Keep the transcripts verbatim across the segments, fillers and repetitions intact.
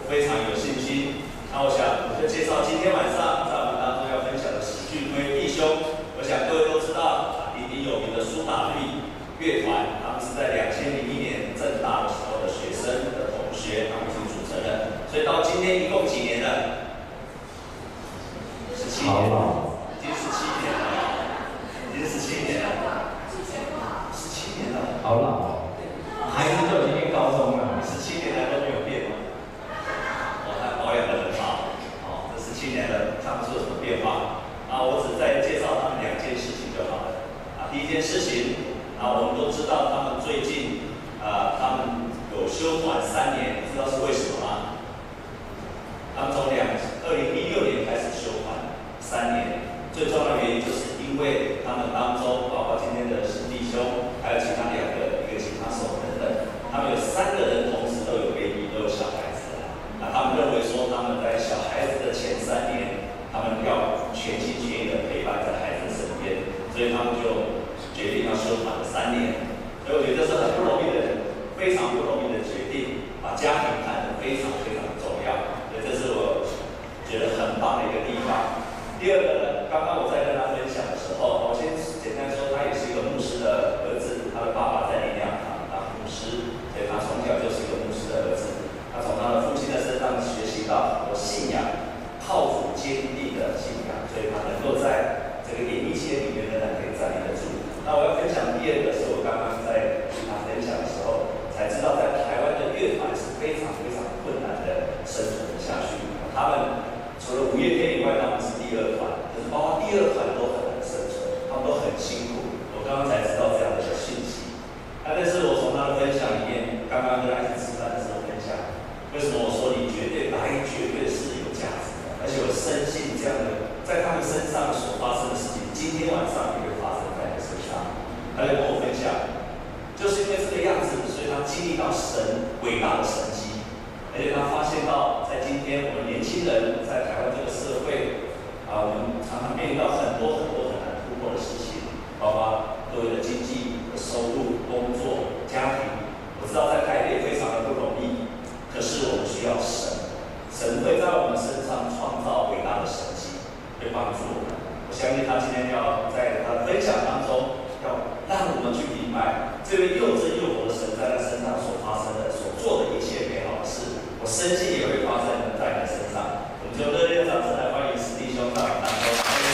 非常有信心。那我想我就介绍今天晚上在我们当中要分享的史俊辉弟兄。我想各位都知道啊，鼎鼎有名的苏打绿乐团，他们是在两千零一年政大的时候的学生的同学，他们已经组成了。所以到今天一共几年了？十七年，已经十七年了，已经十七年了，十七年了， 好老哦。孩子就已经念高中了， 十七年来都没有变吗？哦，他保养得很好。哦，这十七年了，他们是有什么变化？啊，我只再介绍他们两件事情就好了。啊，第一件事情，啊，我们都知道他们最近，啊，他们有休团三年，知道是为什么吗？他们从两二零一六年开始休团三年，最重要的原因就是因为他们当中，包括今天的史弟兄，还有其他两个，一个吉他手等等，他们有三个人同时都有 baby， 都有小孩子。那他们认为说他们在小孩子的前三年，他们要全心全意的陪伴在孩子身边，所以他们就决定要休团三年。所以我觉得这是很不容易的，非常不容易的决定，把家庭看得非常非常重要。所以这是我觉得很棒的一个地方。第二个呢，刚刚我在跟他分享的时候，我先简单说，他也是一个牧师的儿子，他的爸爸在灵粮堂当牧师，所以他从小就是一个牧师的儿子。他从他的父亲的身上学习到很多信仰，靠主坚定的信仰，所以他能够在这个演艺界里面仍然可以站立得住。那我要分享第二个，是我刚刚在与他分享的时候才知道，在台湾的乐团是非常非常困难的生存下去。他们除了五月天以外，他们是第二团，可是包括第二团都很难生存，他们都很辛苦。我刚刚才知道这样的一个讯息。那但是我从他的分享里面，刚刚跟他一起吃饭的时候分享，为什么我说你绝对来绝对是有价值的，而且我深信这样的在他们身上所发生的事情，今天晚上也会发生在你身上。他就跟我分享，就是因为这个样子，所以他经历到神伟大的神迹，而且他发现到在今天我们年轻人在台湾这个社会啊，我们常常面临到很多很多很难突破的事情，包括各位的经济、收入、工作、家庭。我知道在台北非常的不容易，可是我们需要神，神会在我们身上创造伟大的神迹，会帮助我们。我相信他今天要在他的分享当中，要让我们去明白这位又真又活的神在他身上所发生的、所做的一切美好的事，我深信也会发生在你的身上。我们就热烈的掌声来欢迎史弟兄到我们当中。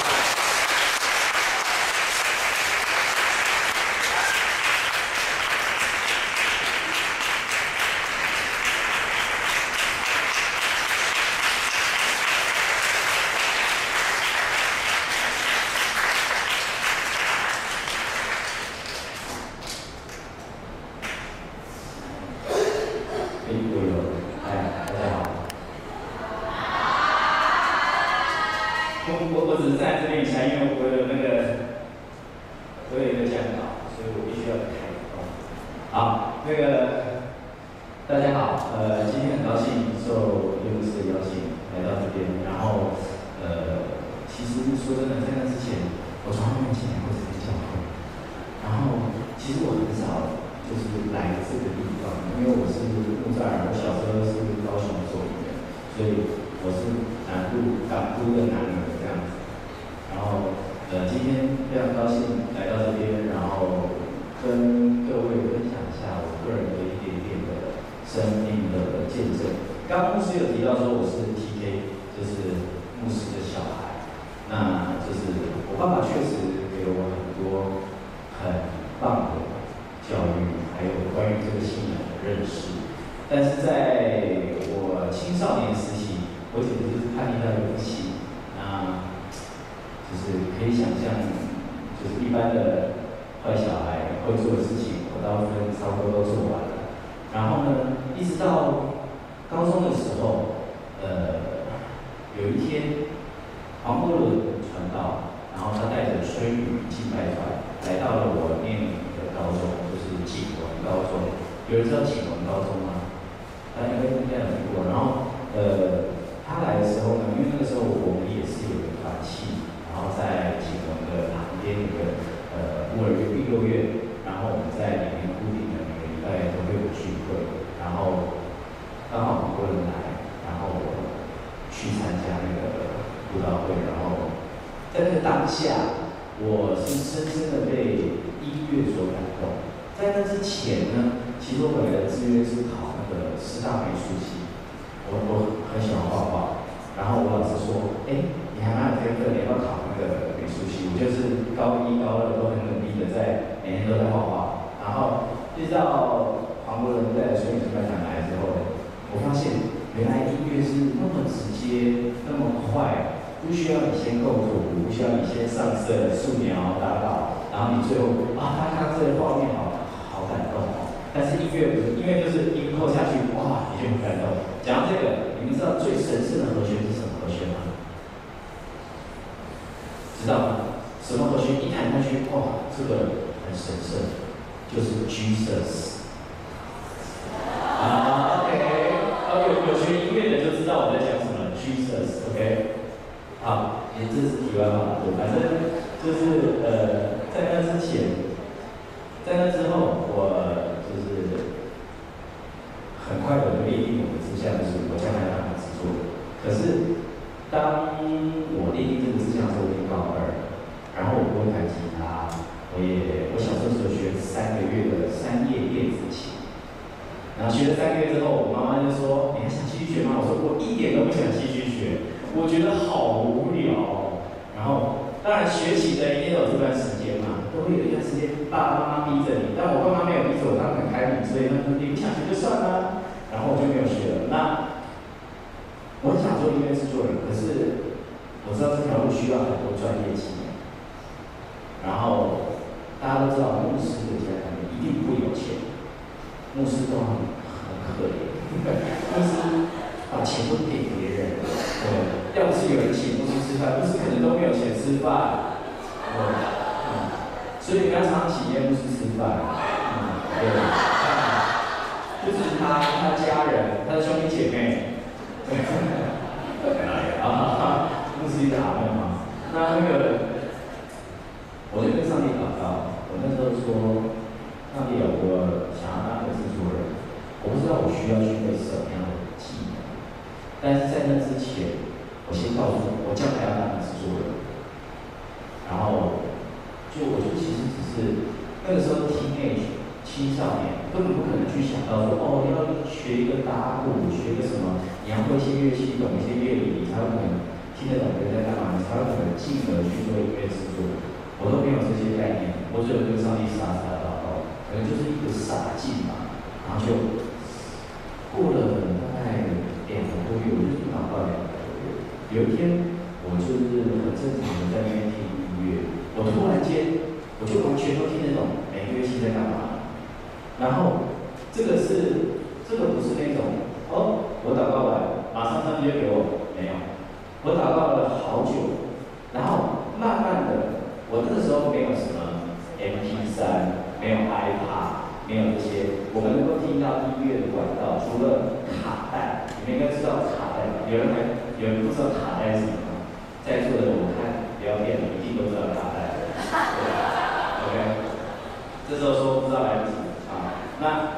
我我只是在这边一下，因为我有那个我有一个讲稿，所以我必须要开动。好，那个大家好，呃，今天很高兴受叶牧师的邀请来到这边，然后呃，其实说真的，在那之前我从来没有进来过这个教会，然后其实我很少就是来这个地方，因为我是木栅人，我小时候是高雄做的，所以我是南部港都的男儿这样子。然后呃，今天非常高兴来到这边，然后跟各位分享一下我个人的一点点的生命的见证。刚刚牧师有提到说我是 T K， 就是牧师的小孩。那就是我爸爸确实给了我很多很棒的教育，还有关于这个信仰的认识。但是在我青少年时期，我简直就是叛逆到一个不行。那就是可以想象，就是一般的坏小孩会做的事情，我大部分差不多都做完了。然后呢，一直到高中的时候，呃，有一天，黄国伦传道，然后他带着春雨敬拜团来到了我念的高中，就是景文高中。有人知道景文高中吗？大家应该应该有听过。然后，呃，他来的时候呢，因为那个时候我们也是有个团契。然后在景文的旁边有个呃孤儿院、育幼院，然后我们在里面固定的每个礼拜都会有聚会，然后刚好很多人来，然去参加那个布道会，然后在那个当下，我是深深的被音乐所感动。在那之前呢，其实我本来的志愿是考那个师大美术系，我我很喜欢画画，然后我老师说，哎，你还蛮有天分，你要不要考那个美术系？我就是高一高二都很努力的在每天都在画画，然后一直到黄国伦在水影班长来之后，我发现原来音乐是那么直接，那么快。不需要你先构图，不需要你先上色、素描、打稿，然后你最后啊，他看这个画面好好感动哦。但是音乐不是，音乐就是音扣下去，哇，你就很感动。讲到这个，你们知道最神圣的和弦是什么和弦吗？知道吗？什么和弦一弹下去，哇，这个很神圣，就是 Jesus。啊 ，OK， 哦，有有学音乐的就知道我在讲什么 ，Jesus，OK。好，也这是题外话，反正就是呃，在那之前，在那之后，我就是很快的就立定我的志向，就是我将来要当制作人。可是当我立定这个志向的时候，我已经高二，然后我不会弹吉他，我也我小时候只有学三个月的三叶电子琴，然后学了三个月之后，我妈妈就说：“你还想继续学吗？”我说：“我一点都不想继续学。”我觉得好无聊哦，然后当然学习的一定有这段时间嘛，都会有一段时间爸爸妈妈逼着你，但我爸妈没有逼着我，他们很开明，所以他们说你不想学就算啦，然后我就没有学了。那我很想做音乐制作人，可是我知道这条路需要很多专业技能，然后大家都知道牧师的家庭一定不有钱，牧师都很很可怜，牧师把钱都给别人，对。要不是有人请牧师吃饭，牧师可能都没有钱吃饭，对，嗯，所以你要常请牧师吃饭，嗯，对，不止他，他家人，他的兄弟姐妹，对，啊，牧师一直阿门嘛，那那个，我就跟上帝祷告，我那时候说，上帝啊，我想要当个制作人，我不知道我需要具备什么样的技能，但是在那之前。我先告诉你，我将来要当制作人，然后就我就其实只是那个时候 teenage 青少年，根本不可能去想到说哦，要学一个打鼓，学一个什么，你要会一些乐器，懂一些乐理，你才有可能听得懂别人在干嘛，你才有可能进而去做音乐制作。我都没有这些概念，我只有跟上帝傻傻祷告，可能就是一个傻劲吧，然后就过了大概两个多月，我就祷告两个。有一天，我就是很正常的在那边听音乐，我突然间，我就完全都听得懂每个乐器在干嘛。然后，这个是，这个不是那种，哦，我祷告完，马上上帝就给我，没有，我祷告了好久，然后慢慢的，我那个时候没有什么 M P 三，没有 iPad， 没有这些，我们能够听到音乐的管道，除了卡带，你们应该知道卡带吧？有人还。有人不知道卡带是什么吗？在座的我看不要骗了，一定都知道卡带。对 ，OK。这时候说不知道来不及啊。那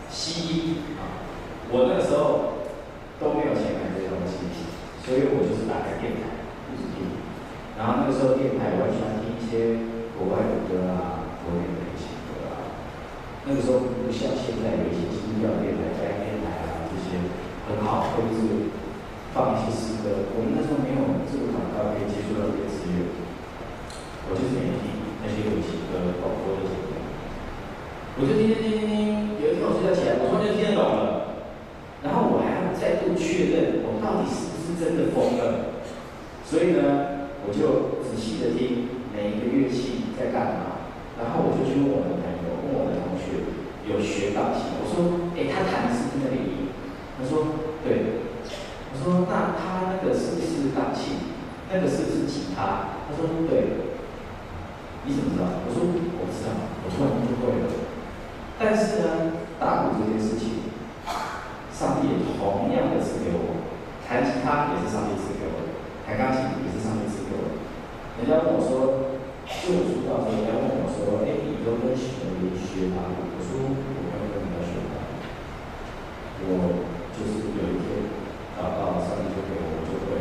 C D 啊，我那个时候都没有钱买这些东西，所以我就是打开电台一直听。然后那个时候电台我很喜欢听一些国外的歌啊，国内的一些歌啊。那个时候不像现在有一些基督教电台、家庭电台啊这些很好，或者是。放一些诗歌，我们那时候没有这个管道可以接触到这些资源，我就是每天听那些流行歌、广播的节目，我就听听听听听，有一天我睡觉起来，我突然就听得懂了，然后我还要再度确认我到底是不是真的疯了，所以呢，我就仔细的听每一个乐器在干嘛，然后我就去问我的朋友，问我的同学有学钢琴，我说，哎，他弹的是那个音，他说，对。我说：“那他那个是不是钢琴？那个是不是吉他？”他说：“对。”你怎么知道？我说：“我知道，我突然就会了。”但是呢，打鼓这件事情，上帝也同样的赐给我，弹吉他也是上帝赐给我，弹钢琴也是上帝赐给我。人家问我说，就我出道的时候，人家问我说：“哎，你都跟谁学打鼓？”我说：“我没有跟人家学打鼓，我就是有一天。”祷告，上帝就给我，我就会了。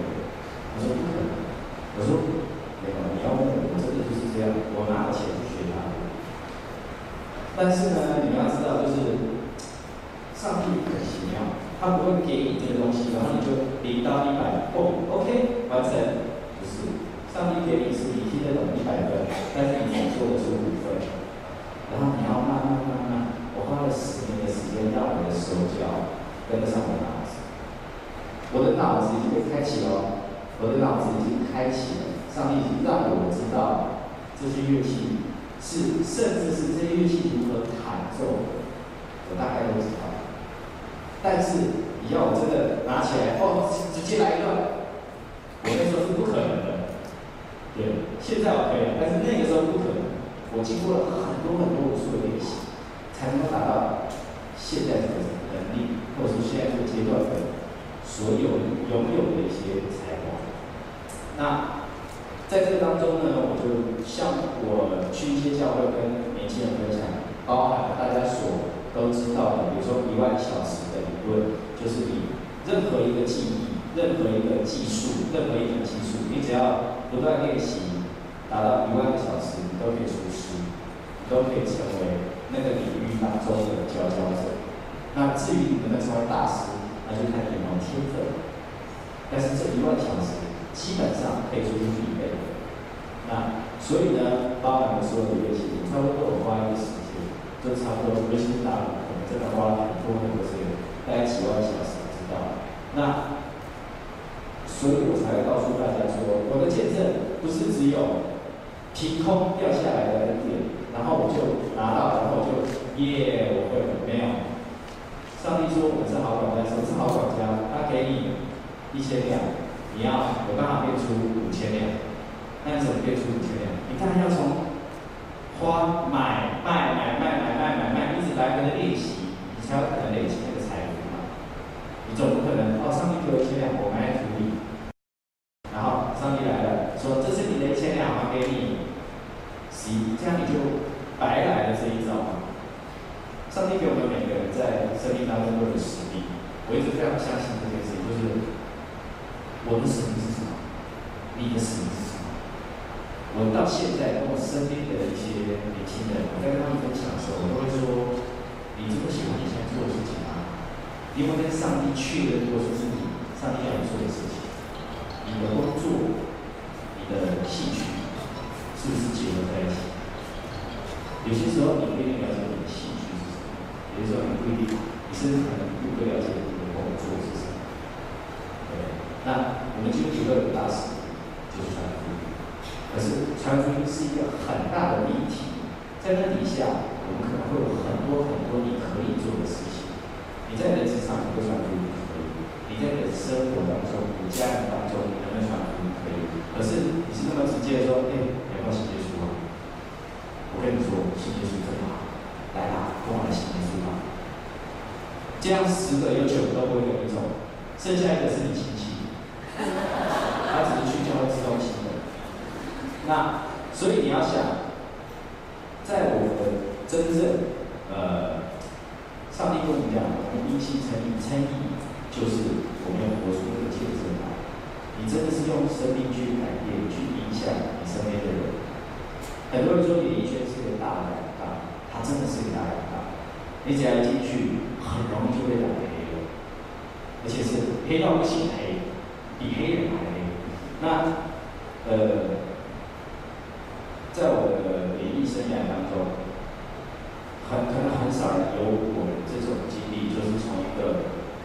零到一百，哦 ，OK， 完成。不是，上帝给你是你听得懂一百分，但是你只做的是五分，然后你要慢慢慢慢，我花了十年的时间让我的手脚跟得上我的脑子，我的脑子已经被开启了，我的脑子已经开启了，上帝已经让我知道这些乐器是，甚至是这些乐器如何弹奏，我大概都知道。但是你要我真的拿起来，哦，直接来一段，我那时候是不可能的。对，现在我可以了，但是那个时候不可能。我经过了很多很多无数的练习，才能够达到现在这个能力，或者是现在这个阶段的所有拥有的一些才华。那在这个当中呢，我就向我去一些教会跟年轻人分享，包含了大家所都知道的，比如说一万小时的理论，就是你任何一个技艺、任何一个技术、任何一门技术，你只要不断练习，达到一万个小时，你都可以出师，你都可以成为那个领域当中的佼佼者。那至于你能不能成为大师，那就看你有没有天分。但是这一万小时基本上可以说是必备的。那所以呢，包含了所有的乐器，差不多我花一个时间，就差不多，尤其是打鼓，可能真的花了很多很多时间，大概几万小时，知道。那所以我才会告诉大家说，我的见证不是只有凭空掉下来的恩典，然后我就拿到，然后我就耶，我会了，没有。上帝说我们是好管家，什么是好管家？他给你一千两，你要我刚好变出五千两，那你怎么变出五千两？你当然要从花买卖买卖买卖买卖一直来回的练习，你才有可能累积那个财富嘛。你总不可能哦，上帝给我一千两，我埋在土里，然后上帝来了，说这是你的一千两，还给你，行，这样你就白来了这一招嘛。上帝给我们每个人在生命当中都有使命，我一直非常相信这件事情，就是我的使命是什么，你的使命是什么。我到现在跟我身边的一些年轻人，我在跟他们分享的时候，我都会说：你这么喜欢你现在做的事情吗？你有没有跟上帝确认过，这是你上帝要你做的事情？你的工作、你的兴趣，是不是结合在一起？有些时候你不一定了解你的兴趣是什么，有些时候你不一定，你甚至可能不会了解你的工作是什么。对，那我们基督徒都有大使命，就是传福音。可是传福音是一个很大的议题，在那底下，我们可能会有很多很多你可以做的事情。你在你的职场，你会传福音可以；你在你的生活当中、你家人当中，你能不能传福音可以？可是你是那么直接的说，哎、欸，你要不要信耶稣啊？我跟你说，信耶稣真好，来啦，跟我来信耶稣吧。这样十个有九个都不会有一种，剩下一个是你亲戚，他只是去教会吃东西的。那所以你要想，在我们真正呃，上帝跟我们讲，我们因信称义，称义就是我们要活出那个见证来。你真的是用生命去改变、去影响你身边的人。很多人说演艺圈是个大染缸，它真的是个大染缸。你只要一进去，很容易就被染黑了，而且是黑到不行黑，比黑人还黑。那呃。在我的演艺生涯当中，很可能很少人有我们这种经历，就是从一个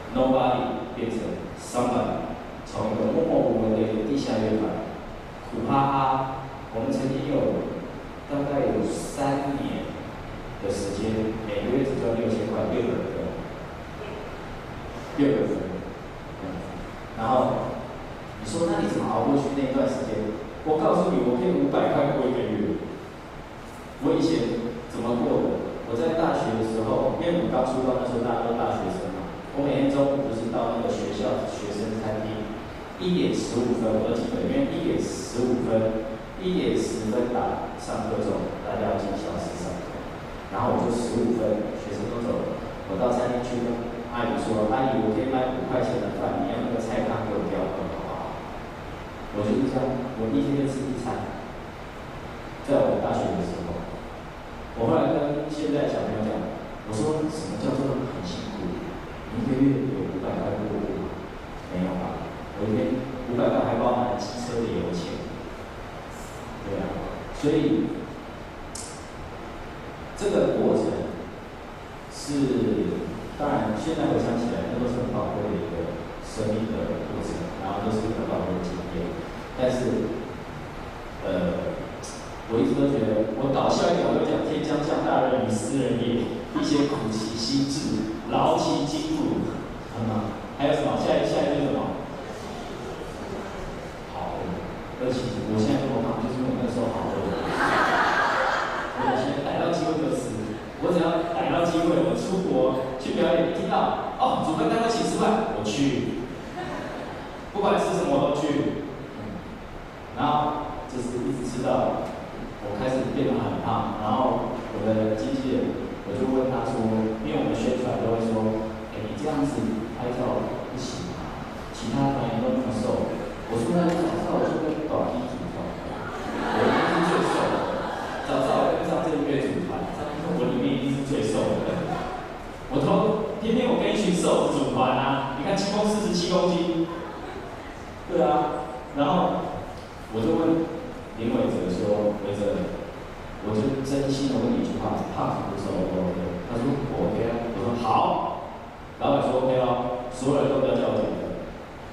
nobody 变成 somebody， 从一个默默无闻的一个地下乐团，苦哈哈。我们曾经有大概有三年的时间，每个月只赚六千块，六个人份，六个人份。然后你说，那你怎么熬过去那段时间？我告诉你，我可以五百块过一个月。我以前怎么过的？我在大学的时候，因为我刚出道那时候大家都大学生嘛，我每天中午就是到那个学校学生餐厅，一点十五分我都记得，因为一点十五分、一点十分打上课钟，大家要进教室上课，然后我就十五分，学生都走了，我到餐厅去跟阿姨说：“阿姨，我可以买五块钱的饭，你要那个菜汤给我调好不好？”我就是这样，我一天就吃一餐。在我大学的时候，我后来跟现在小朋友讲，我说什么叫做很辛苦？你一个月有五百块过户吗？没有吧？ 我一天五百块还包含机车的油钱，对啊，所以这个过程是，当然现在回想起来，那都是很宝贵的一个生命的过程，然后都是很宝贵的经验，但是，呃。我一直都觉得，我搞笑一点，我就讲天将降大任于斯人也，必先苦其心志，劳其筋骨，很好。还有什么？下一下一句什么？好饿。而且我现在这么胖，就是因为我那时候好饿。我现在逮到机会就吃，我只要逮到机会，我出国去表演，听到哦，主办单位请吃饭，我去，不管吃什么我都去。嗯，然后就是一直吃到。我开始变得很胖，然后我的经纪人，我就问他说，因为我们宣传都会说，哎，你这样子拍照不行啊，其他团员都那么瘦，我说那早知道我就跟短衣组团，我一定是最瘦的，早知道我跟上这个月组团，我里面一定是最瘦的，我都偏偏我跟一群瘦子组团啊，你看清风四十七公斤，对啊，然后我就问。林伟哲说：“伟哲，我就真心的问你一句话，胖是不是 O 不 OK？” 他说：“我 OK 啊。”我说：“好。”老板说 ：“OK 哦，所有人都不要叫我减肥。”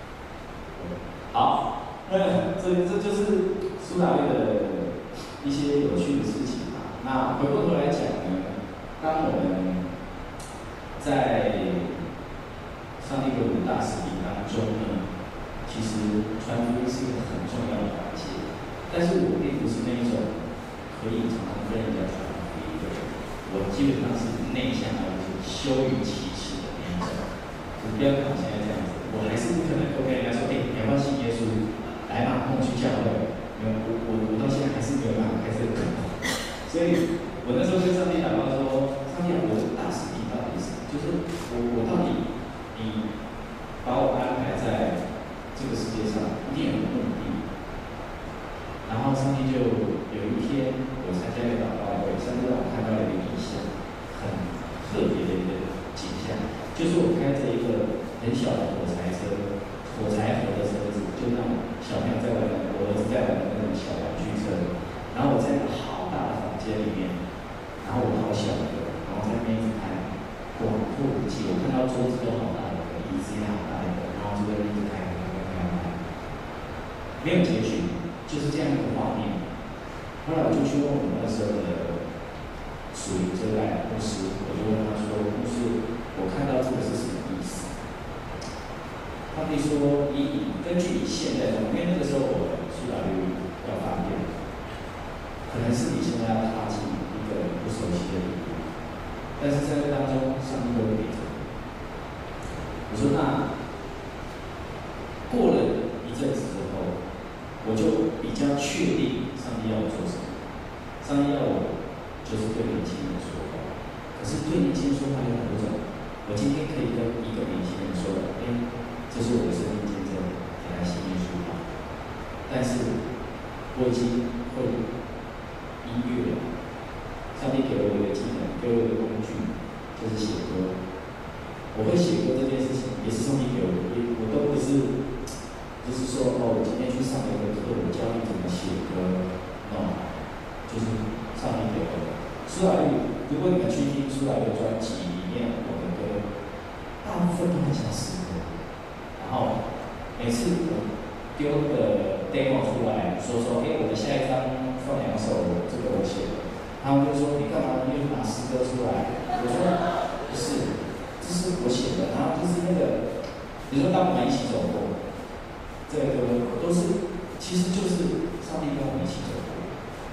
好，那这这就是苏打绿的一些有趣的事情嘛。那回过头来讲呢，当我们在上帝给我们大使命当中呢，其实传福音是一个很重要的环节。但是我并不是那一种可以常常跟人家传福音的人，我基本上是内向而且羞于启齿的那一种。你不要看我现在这样子，我还是不可能够跟人家说，哎、欸，你要不要信耶稣？来嘛，跟我去教会。没有，我我我到现在还是没有办法开这个口。所以我那时候跟上帝祷告说，上帝，我的大使命到底是什么？就是我我到底你把我安排在这个世界上，一定有个目的。然后上帝就有一天，我参加一个祷告会，上帝让我看到了一个异象，很特别的一个景象，就是我开着一个很小的火柴车，火柴盒的车子，就那种小朋友在玩的，我儿子在玩的那种小玩具车，然后我在一个好大的房间里面，然后我好小的，然后在那边一直拍，哇，迫不及，我看到桌子都好大的，椅子也好大的，然后就在那边一直拍，拍，拍，拍，没有结局。就是这样一个画面。后来我就去问我们那时候的属灵遮盖牧师，我就问他说：“牧师，我看到这个是什么意思？”他们说：“以根据你现在状况，因为那个时候我苏打绿要发电，可能是你现在要踏进一个不熟悉的领域，但是在这当中，上帝都会给着你。”我说：“那过了一阵子之后。”我就比较确定上帝要我做什么。上帝要我就是对年轻人说话，可是对年轻人说话有很多种。我今天可以跟一个年轻人说：“哎、欸，这是我的生命见证，给他信耶稣吧。”但是我已经会音乐了，上帝给了我一个技能，给我一个工具，就是写歌。我会写歌这件事情也是上帝给我的，我都不是。不是说哦，我今天去上了一个课，我教你怎么写歌 ，no， 就是上帝给我的。苏打绿，如果你们去听苏打绿的专辑里面我的歌，大部分都很像诗歌。然后每次我丢个 demo 出来，说说，哎、欸，我的下一张放两首，这个我写的，他们就说你干嘛又拿诗歌出来？我说不是，这是我写的，然后就是那个，你说当我们一起走过。这个都是，其实就是上帝跟我们一起走过。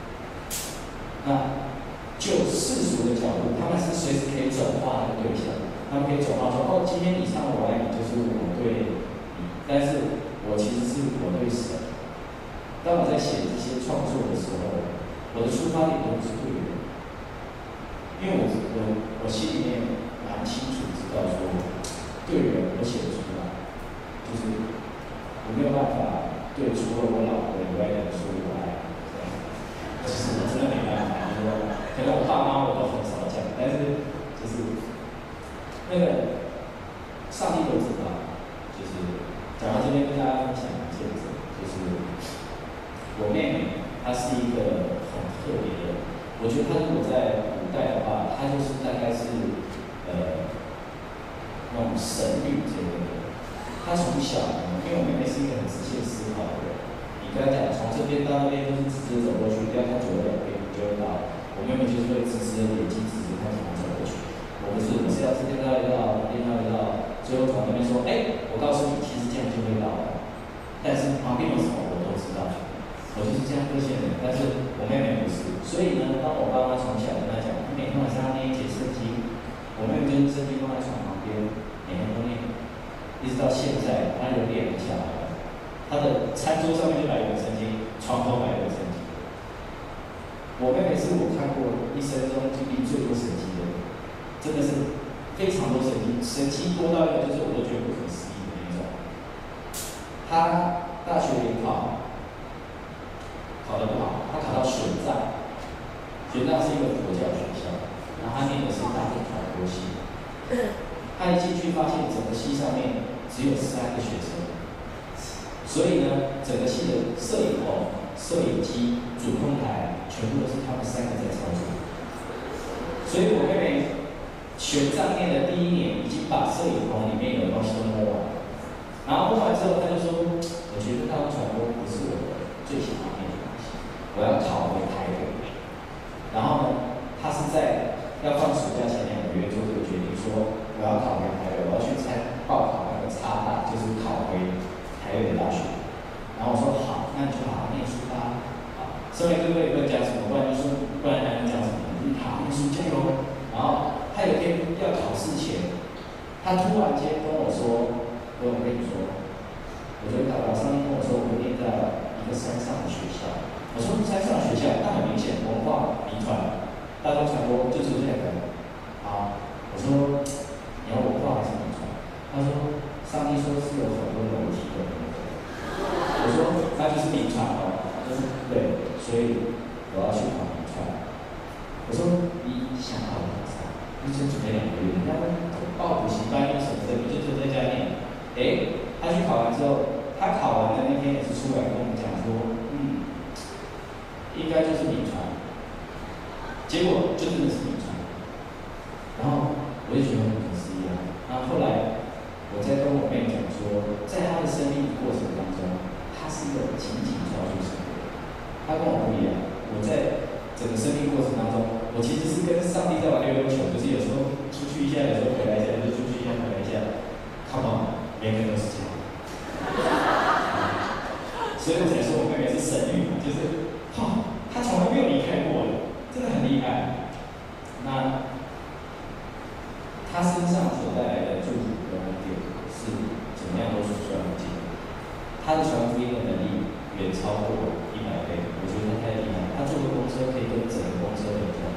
那就世俗的角度，他们是随时可以转化的对象，他们可以转化说：“哦，今天你唱我爱你，就是我对你。”但是我其实是我对神。当我在写这些创作的时候，我的出发点都不是对人，因为我我我心里面蛮清楚知道说，对人我写不出来，就是。我没有办法对除了我老婆以外的人说我爱你，这样，就是我真的没办法。就是说，可能我爸妈我都很少讲，但是就是那个上帝都知道，就是假然后这边跟大家分享一件事，就是我妹妹，她是一个很特别的人。我觉得她如果在古代的话，她就是大概是呃那种神女这类的。她从小，因为我妹妹是一个很直线思考的人，你跟她讲从这边到那边都是直直走过去，不要看左右两边，你就会到。我妹妹就是会直直的眼睛直直看怎么走过去。我不是，我是要这边绕一绕，那边绕一绕。最后从那边说，哎，我告诉你，其实这样就会到了。但是旁边有什么我都知道，我就是这样个性的人。但是我妹妹不是，所以呢，当我爸妈从小跟她讲，每天晚上念一节圣经，我妹妹就是圣经放在床旁边，每天都念，一直到现在，她有两个小孩，她的餐桌上面就摆一本圣经，床头摆一本圣经。我妹妹是我看过一生中经历最多神迹的人，真的是。非常多神奇，神奇多到一个就是我都觉得不可思议的那种。他大学联考考得不好，他考到玄奘，玄奘是一个佛教学校，然后他念的是大众传播系。他一进去发现整个系上面只有三个学生，所以呢，整个系的摄影棚、摄影机、主控台全部都是他们三个在操作。所以我妹妹。玄奘念的第一年，已经把摄影棚里面有的东西都摸完，然后摸完之后，他就说：“我觉得大众传播不是我最喜欢念的东西，我要考回台北。”然后呢，他是在要放暑假前两个月做这个决定，说我要考回台北，我要去参报考那个插大，就是考回台北的大学。然后我说好，那你就好好念书吧。好，身为哥哥也不能讲什么，不然就说，不然还能讲什么？你好好念书，加油。然后。他有一天要考试前，他突然间跟我说：“我跟你说，我觉得老上面跟我说，我会念到一个山上的学校。”我说：“山上的学校，那很明显，文化、遗传、大众传播就只有这两个。”好，我说：“你要文化还是遗传？”他说：“上帝说是有很多楼梯的。”我说：“那就是遗传哦，就是对，所以我要去考遗传。”我说：“你想考哪？”你就准备两个月，人家报补习班又什么的，你就就在家念。哎，他去考完之后，他考完的那天也是出来跟我们讲说，嗯，应该就是遗传。结果就真的是遗传。然后我就觉得很不可思议啊。然后后来我在跟我妹讲说，在他的生命过程当中，他是一个紧紧抓住神的人。他跟我不一样，我在整个生命过程当中。我其实是跟上帝在玩溜溜球，就是有时候出去一下，有时候回来一下，有时候出去一下，回来一下。Come on，每个人都是这样。所以我才说我妹妹是神女，就是，哈，她从来没有离开过的，真的很厉害。那她身上所带来的祝福跟恩典是怎么样都说出来不尽。她的传福音的能力远超过我一百倍，我觉得她太厉害。她坐个公车可以跟整个公车的人讲。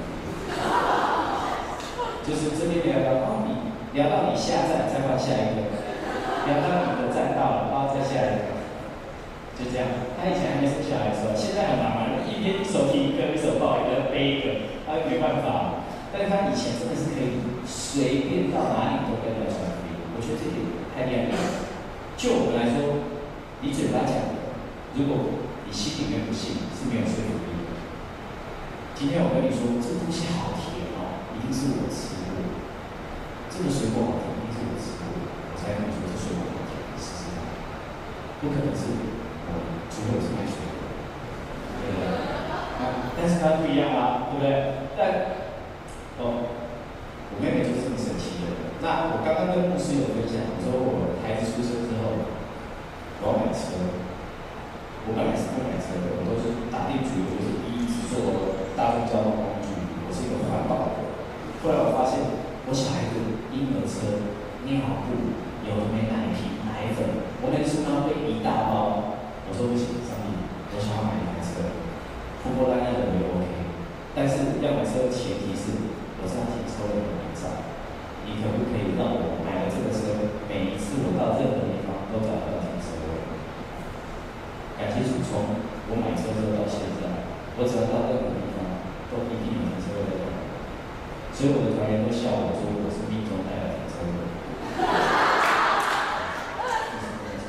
就是这边聊聊，哦，你聊到你下站再换下一个，聊到你的站到了，然后再下一个，就这样。他以前还没生小孩的时候，现在很麻烦，一边一手提一个，一手抱一个，背一个，他没办法。但是他以前真的是可以随便到哪里都跟人家传福音，我觉得这点太厉害了。就我们来说，你嘴巴讲的，如果你心里面不信，是没有说服力的。今天我跟你说，这东西好甜哦。一定是我吃过，这个水果好甜，一定是我吃过，我才跟你说这水果好甜，试试看。不可能是我，除非我是卖水果，对不对？啊，但是它不一样啊，对不对？但哦，我妹妹就是这么神奇的人。那我刚刚跟牧师有分享，我说我孩子出生之后，我要买车。我本来是不买车的，我都是打定主意，就是一直做大众交通工具，我是一个环保的。后来我发现，我小孩子婴儿车、尿布、有的没奶瓶、奶粉，我每次呢备一大包。我说不行，上帝，我想要买一台车，破破烂烂的我也 OK。但是要买车的前提是，我是要停车位的牌照。你可不可以让我买了这个车，每一次我到任何地方都找到停车位？感谢主，从我买车之后到现在，我只要到任何地方，都一定有停车位在那里。所以我的团员都笑我说我是命中带来的车位。但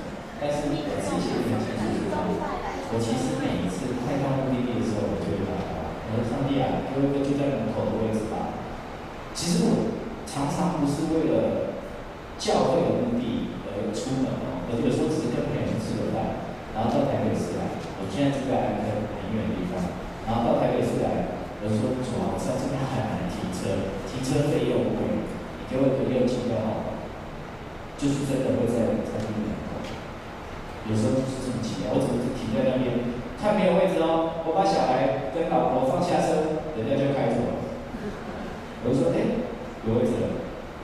但是我自己心里很清楚是什么？我其实每一次快到目的地的时候，我就会祷告，我说上帝啊，给我一个就在门口的位置吧。其实我常常不是为了教会的目的而出门哦，我有时候只是跟朋友去吃个饭，然后到台北市来。我现在住在安坑很远的地方，然后到台北市来，我就说主啊，我知道这边还难停车，停车费又贵，你给我一个六七就好了。就是真的会在餐厅门口，有时候就是这么奇妙，我只是停在那边，看没有位置哦，我把小孩跟老婆放下车，人家就开走了。我就说，哎，有位置了。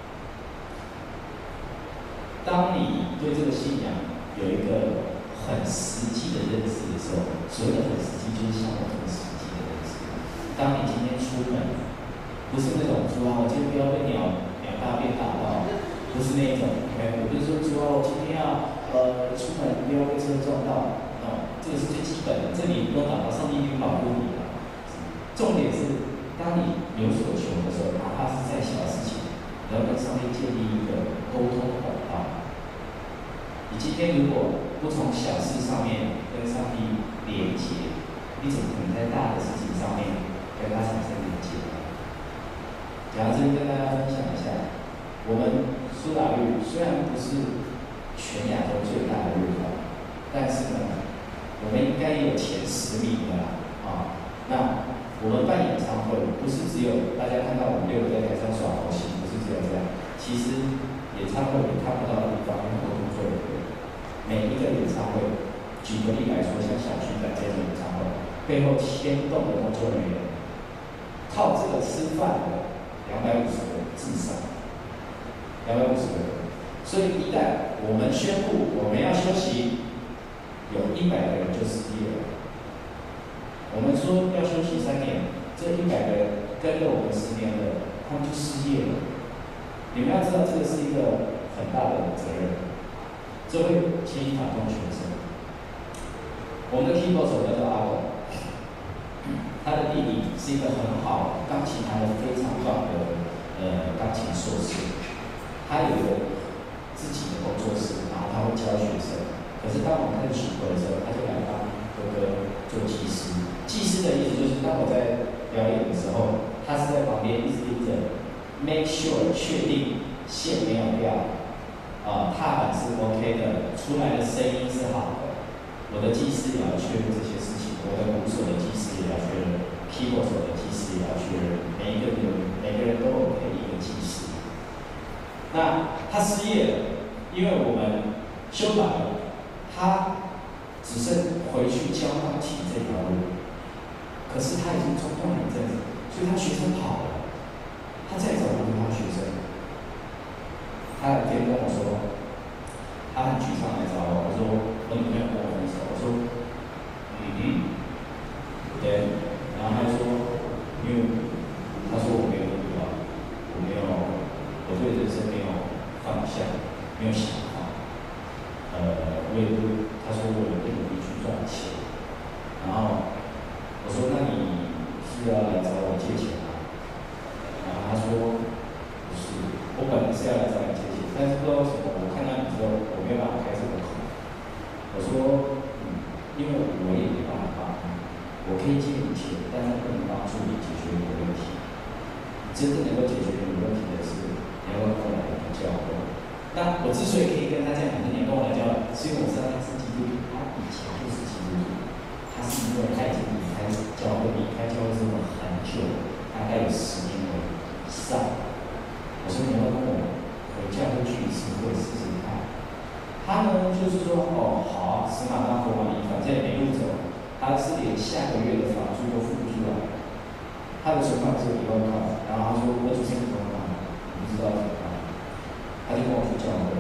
当你对这个信仰有一个很实际的认识的时候，所谓的很实际，就是像我很实际的认识。当你今天出门，不是那种说啊，我今天不要被鸟鸟大便打到，不是那一种。OK， 我不是说说我今天要呃出门不要被车撞到，哦，这个是最基本的，这里不用祷告，上帝已经保护你了。重点是，当你有所求的时候，哪怕是再小的事情，你要跟上帝建立一个沟通管道。你今天如果不从小事上面跟上帝连接，你怎么可能在大的事情上面跟他产生连接呢？讲到这里，跟大家分享一下，我们苏打绿虽然不是全亚洲最大的乐团，但是呢，我们应该也有前十名的啦啊。那我们办演唱会，不是只有大家看到我们六个在台上耍猴戏，不是只有这样。其实演唱会你看不到的地方，有很多工作人员。每一个演唱会，举个例来说，像小巨蛋这种演唱会，背后牵动的工作人员，靠这个吃饭的两百五十个人至少，两百五十个人。所以一旦我们宣布我们要休息，有一百个人就失业了。我们说要休息三年，这一百个人跟着我们十年的，他们就失业了。你们要知道，这个是一个很大的责任。这会牵一打动全身。我们的 keyboard 手叫做阿狗，他的弟弟是一个很好钢琴弹得非常棒的呃钢琴硕士，他有一个自己的工作室，然后他会教学生。可是当我们开始巡回的时候，他就来帮哥哥做技师。技师的意思就是，当我在表演的时候，他是在旁边一直盯着 ，make sure 确定线没有掉。啊，踏板是 OK 的，出来的声音是好的。我的技师也要确认这些事情，我的鼓手的技师也要确认 ，keyboard 手的技师也要确认，每一个人每个人都有配一个技师。那他失业了，因为我们修改了，他只剩回去教钢琴这条路。可是他已经中断了一阵子，所以他学生跑了，他再找不到他学生。他有天跟我说，他很沮丧来找我，我说我女朋友跟我分手，我说，嗯嗯，对，然后他说，因为他说我没有目标，我没有，我对人生没有方向，没有想法，呃，我也不，他说我也不努力去赚钱，然后我说那你是要来找我借钱吗？然后他说不是，我本来是要来找你借钱。但是不知道为什么，我看到你之后，我没有办法开这个口。我说，嗯，因为我也没办法帮你，我可以借你钱，但是不能帮助你解决你的问题。真正能够解决你的问题的是，你要跟我来一个教会。那我之所以可以跟他这样讲，你跟我来教会，是因为我知道他是基督徒，他以前就是基督徒，他是因为他已经离开教会，离开教会之后很久，大概有十年以上。我说你要跟我。回教会去一次会试试看。他呢就是说，哦好，死马当活马医，反正也没路走。他是连下个月的房租都付不出来。他的存款只有一万块，然后他说我只剩一万块，我不知道怎么办。他就跟我去教会。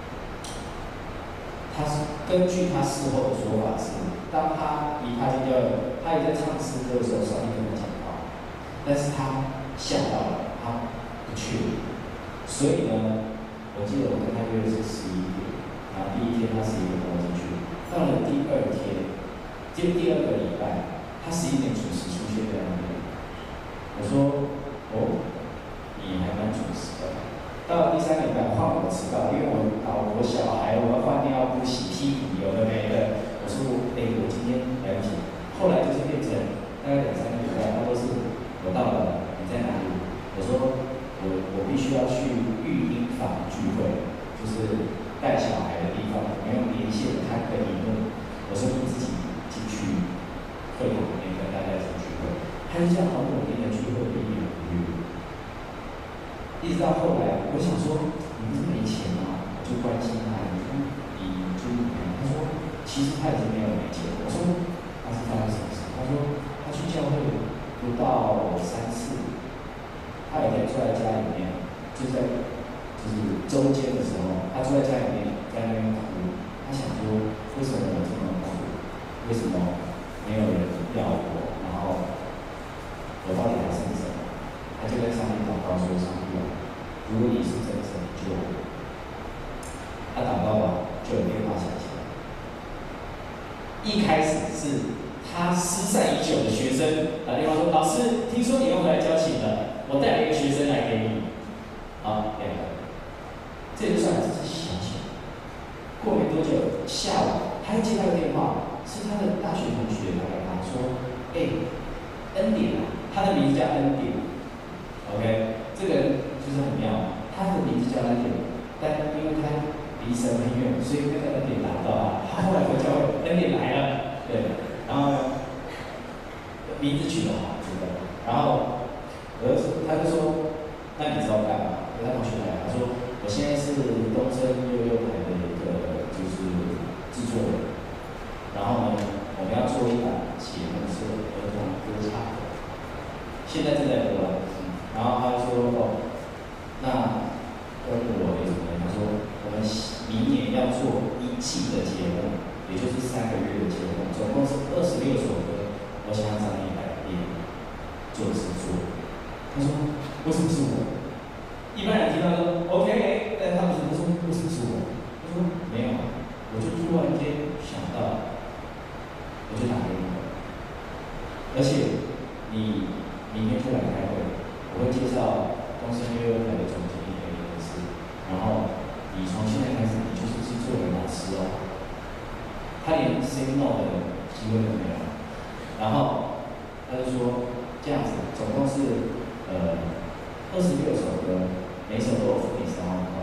他是根据他事后的说法是，当他离开教会，他也在唱诗歌的时候，上帝跟他讲话，但是他吓到了，他不确定。所以呢，我记得我跟他约的是十一点，然后第一天他十一点跟我进去，到了第二天，就第二个礼拜，他十一点准时出现在那边。我说，哦，你还蛮准时的。 到了第三礼拜换我迟到，因为我老婆小孩我要换尿布、洗屁股，有的没的。我说我哎、欸，我今天来不及。后来就是变成大概两三个礼拜，他都是我到了，你在哪里？我说我我必须要去育婴房聚会，就是带小孩的地方，没有连线，他可以用。我说你自己进去会堂里面跟大家一起聚会，他就这样很稳定的聚会了一年五个月。一直到后来，我想说，你不是没钱吗？我就关心他，你说你租怎么样？他说，其实他已经没有没钱。我说，他是发生什么事？他说，他去教会不到三次，他有一天坐在家里面，就在就是周间的时候，他坐在家里面在那边哭，他想说，为什么我这么苦？为什么没有人要我？然后我到底还剩什么？他就跟上帝祷告说：“上帝啊，如果你是真神，你救我。”他祷告完就有电话响起来。一开始是他失散已久的学生打电话说：“老师，听说你又回来教琴了，我带了一个学生来给你。”好，两个，这就算只是小钱。过没多久，下午他又接到个电话，是他的大学同学打给他说：“哎、欸，恩典啊，他的名字叫恩典。” OK， 这个人就是很妙，他的名字叫恩典，但因为他离神很远，所以那个恩典打不到他。他后来回教会，恩典来了，对，然后呢，名字取得好，真的。然后我就说，他就说，那你知道干嘛？跟他同学来，他说，我现在是东森幼幼台的一个就是制作人，然后呢，我们要做一版节目是儿童歌唱的，现在正在播。然后他就说：“哦，那跟我有什么？”他说：“我们明年要做一季的节目，也就是三个月的节目，总共是二十六首歌。我想找你改编做制作。”他说：“为什么是我？”一般人听到说 “OK”， 但他们说：“为什么是我？”他说：“没有，我就突然间想到，我就打给你了。而且你明天就来开会。”我会介绍东森幼幼台的总经理给你认识，然后你从现在开始，你就是制作人老师哦。他连 say no 的机会都没有，然后他就说这样子，总共是呃二十六首歌，每首都有付你三万块。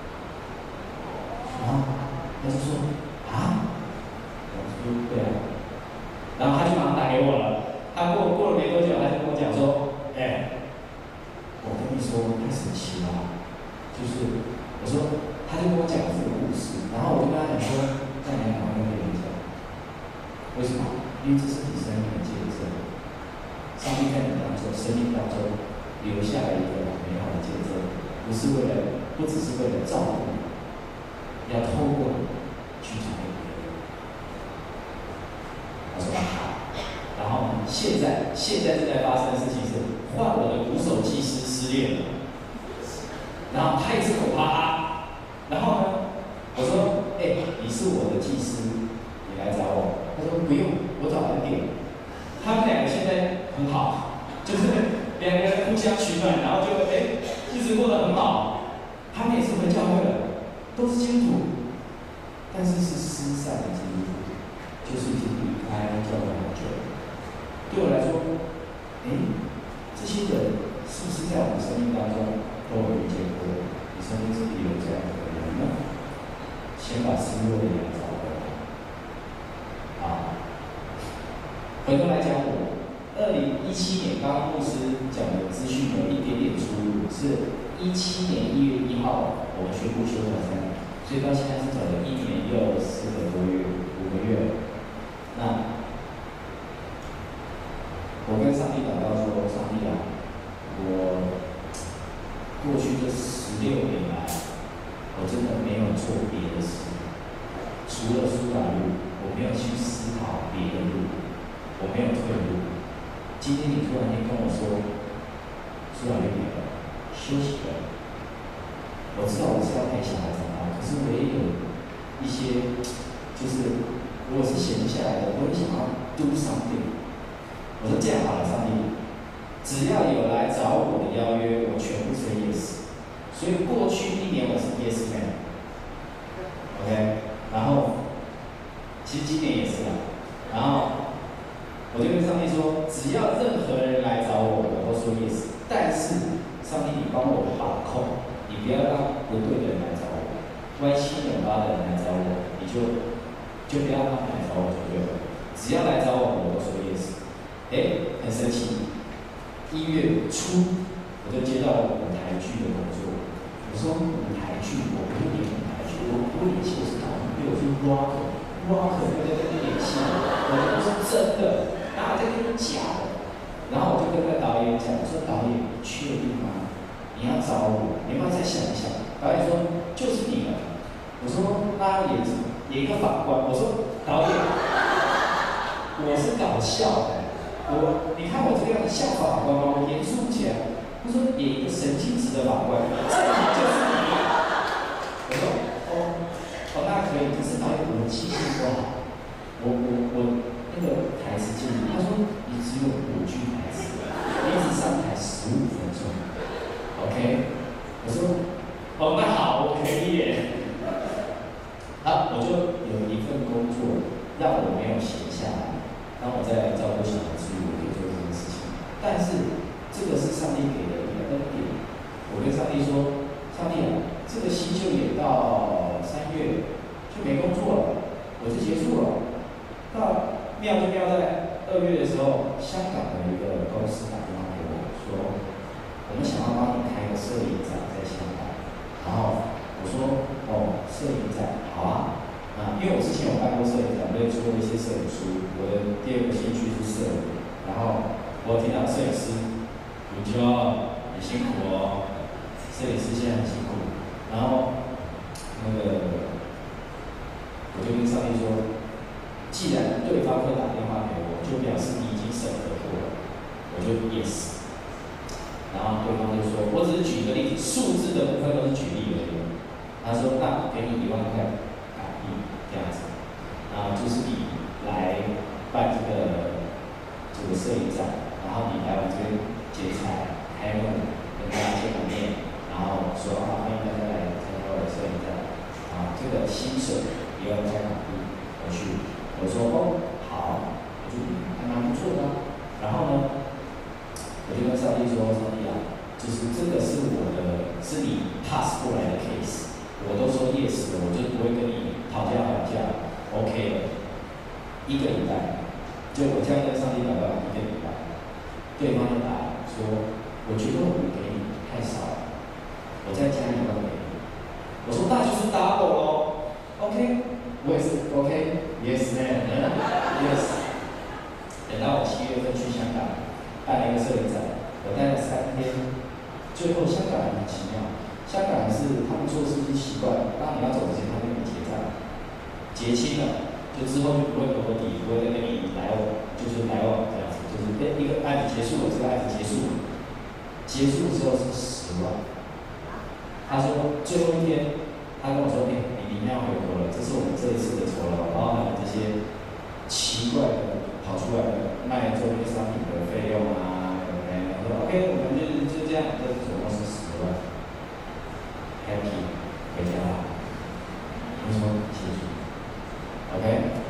然后他就说啊，我说对啊，然后他就马上打给我了。他过过了没多久，他就跟我讲说，哎、欸。我跟你说太神奇了，就是我说，他就跟我讲这个故事，然后我就跟他讲说，那你要赶快跟别人讲，为什么？因为这是你生命的见证，上帝在你当中生命当中留下了一个美好的见证，不是为了，不只是为了照顾你，要透过你去传给别人。我说好，然后呢，现在现在正在发生的事情是，换我的鼓手技师失恋了，然后他也是口哈哈，然后呢，我说，哎、欸，你是我的技师，你来找我。他说不用，我找恩典。他们两个现在很好，就是两个人互相取暖，然后就哎、欸，日子过得很好。他们也是回教会的，都是基督徒，但是是失散的基督徒，就是已经离开教会很久了。对我来说，哎、欸。这些人是不是在我们生命当中都有遇见过？你生命是不是有这样的人呢？先把失落的人找回来。啊，回头来讲我，二零一七年刚刚牧师讲的资讯有一点点出入，是一七年一月一号我们宣布休团三年，所以到现在是走了一年又四个多月，五个月了。那我跟上帝祷告说：“上帝啊，我过去这十六年来，我真的没有做别的事，除了苏打绿，我没有去思考别的路，我没有退路。今天你突然间跟我说，苏打绿没了，休息了。我知道我是要陪小孩长大，可是我也有一些，就是如果是闲不下来的，我也想要 do something。”我说这样好了，上帝，只要有来找我的邀约，我全部 say yes。 所以过去一年我是 yes man，OK， 然后其实今年也是啦，然后我就跟上帝说，只要任何人来找我，我都说 yes， 但是上帝你帮我把控，你不要让不对的人来找我，歪七扭八的人来找我，你就就不要让他们来找我就对了，只要来找我，我都说 yes。哎，很神奇，一月初我就接到了舞台剧的工作。我说舞台剧，我不会演舞台剧，我不会演戏，我是导演，我是 rocker，rocker 不在跟你演戏，我都是真的，哪有在跟你假的？然后我就跟那个导演讲，我说导演，你确定吗？你要找我，你要不要再想一想？导演说就是你了。我说那演什么？演一个法官。我说导演，我是搞笑的。我，你看我这个样子像法官吗？我严肃讲，他说演一个神经质的法官，这就是你。我说哦，哦那可以，可是导演我记性不好，我我我那个台词记忆，他说你只有五句台词，你只上台十五分钟 ，OK？ 我说哦那好，我可以演。好，我就有一份工作让我没有闲下来。当我在照顾小孩之余，我可以做这件事情。但是这个是上帝给的一个恩典。我跟上帝说：“上帝啊，这个戏就演到三月就没工作了，我就结束了。”那妙就妙在二月的时候，香港的一个公司打电话给我说：“我们想要帮你开个摄影展在香港。”然后我说：“哦，摄影展好啊。”啊，因为我之前有办过摄影展，我也出过一些摄影书。我的第二个兴趣是摄影，然后我听到摄影师，你就很辛苦哦，摄影师现在很辛苦。然后那个我就跟上帝说，既然对方会打电话给我，就表示你已经审核过了，我就 yes。然后对方就说，我只是举一个例子，数字的部分都是举例而已。他说，那给你一万块。这样子，然后就是你来办这个这个摄影展，然后你来我这边剪彩、开幕，跟大家见个面，然后说啊欢迎大家来参加我的摄影展，啊这个薪水也要加港币，我去，我说哦好，我就还蛮不错的、啊，然后呢，我就跟上帝说，上帝啊，就是这个是我的，是你 pass 过来的 case， 我都说 yes 了，我就不会跟你。讨价还价 ，OK 了，一个礼拜，就我这样跟上帝祷告一个礼拜，对方就答说，我觉得我们给你太少了，我再加一万给你。我说那就是 double 咯 ，OK， 我也是 OK，Yes man，Yes。等到我七月份去香港办了一个摄影展，我待了三天，最后香港人很奇妙，香港人是他们做事情习惯，当你要走之前，他跟你结账。结清了，就之后就不会勾勾底，不会再跟你来往，就是来往这样子，就是一个案子结束了，这个案子结束了，结束之后是十万。他说最后一天，他跟我说：“哎、欸，你明天要回国了，这是我们这一次的酬劳，包含了这些奇怪的跑出来的卖周边商品的费用啊，有没有？”我说 ：“OK， 我们就就这样，这总共是十万 ，happy， 回家了。”我说：“结束。” OK，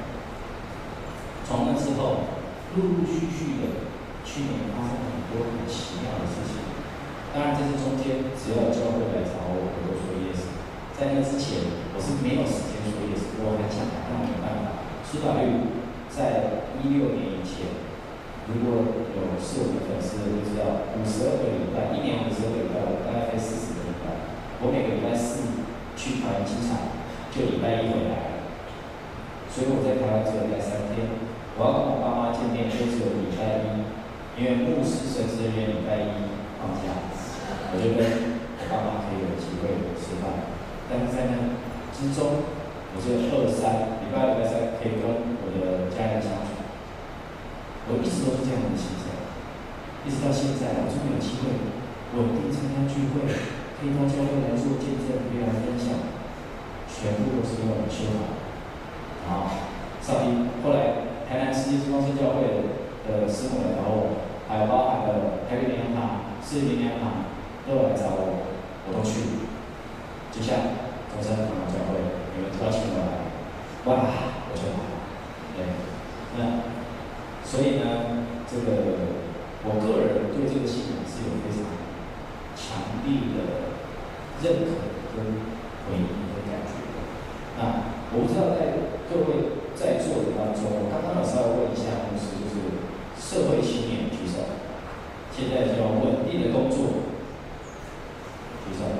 从那之后，陆陆续续的，去年发生很多很奇妙的事情。当然，在这中间，只要教会来找我，我都说 yes。在那之前，我是没有时间说 yes， 我很想打，但我没办法。苏打绿在一六年以前，如果有是我们粉丝的就知道，五十二个礼拜，一年五十二个礼拜，我大概飞四十个礼拜。我每个礼拜四去桃园机场，就礼拜一回来。所以我在台湾只有待三天，我要跟我爸妈见面就只有礼拜一，因为牧师神职人员礼拜一放假，我就跟我爸妈可以有机会吃饭。但是在那之中，我只有二三礼拜二、礼拜三可以跟我的家人相处。我一直都是这样的行程，一直到现在，我终于有机会稳定参加聚会，可以到教会来做见证，可以来分享，全部都是因为我修好。然后，上帝后来台南世界之光圣教会的师母来找我，还有包含了台北联堂、市立联堂都有来找我。 我都去。就像中山长老教会，你们邀请我来，哇，我就来。对，那所以呢，这个我个人对这个信仰是有非常强烈的认可跟回应的感觉的。那我不知道在各位在座的当中，我刚刚有稍微问一下牧师，就是社会青年举手，现在有稳定的工作举手。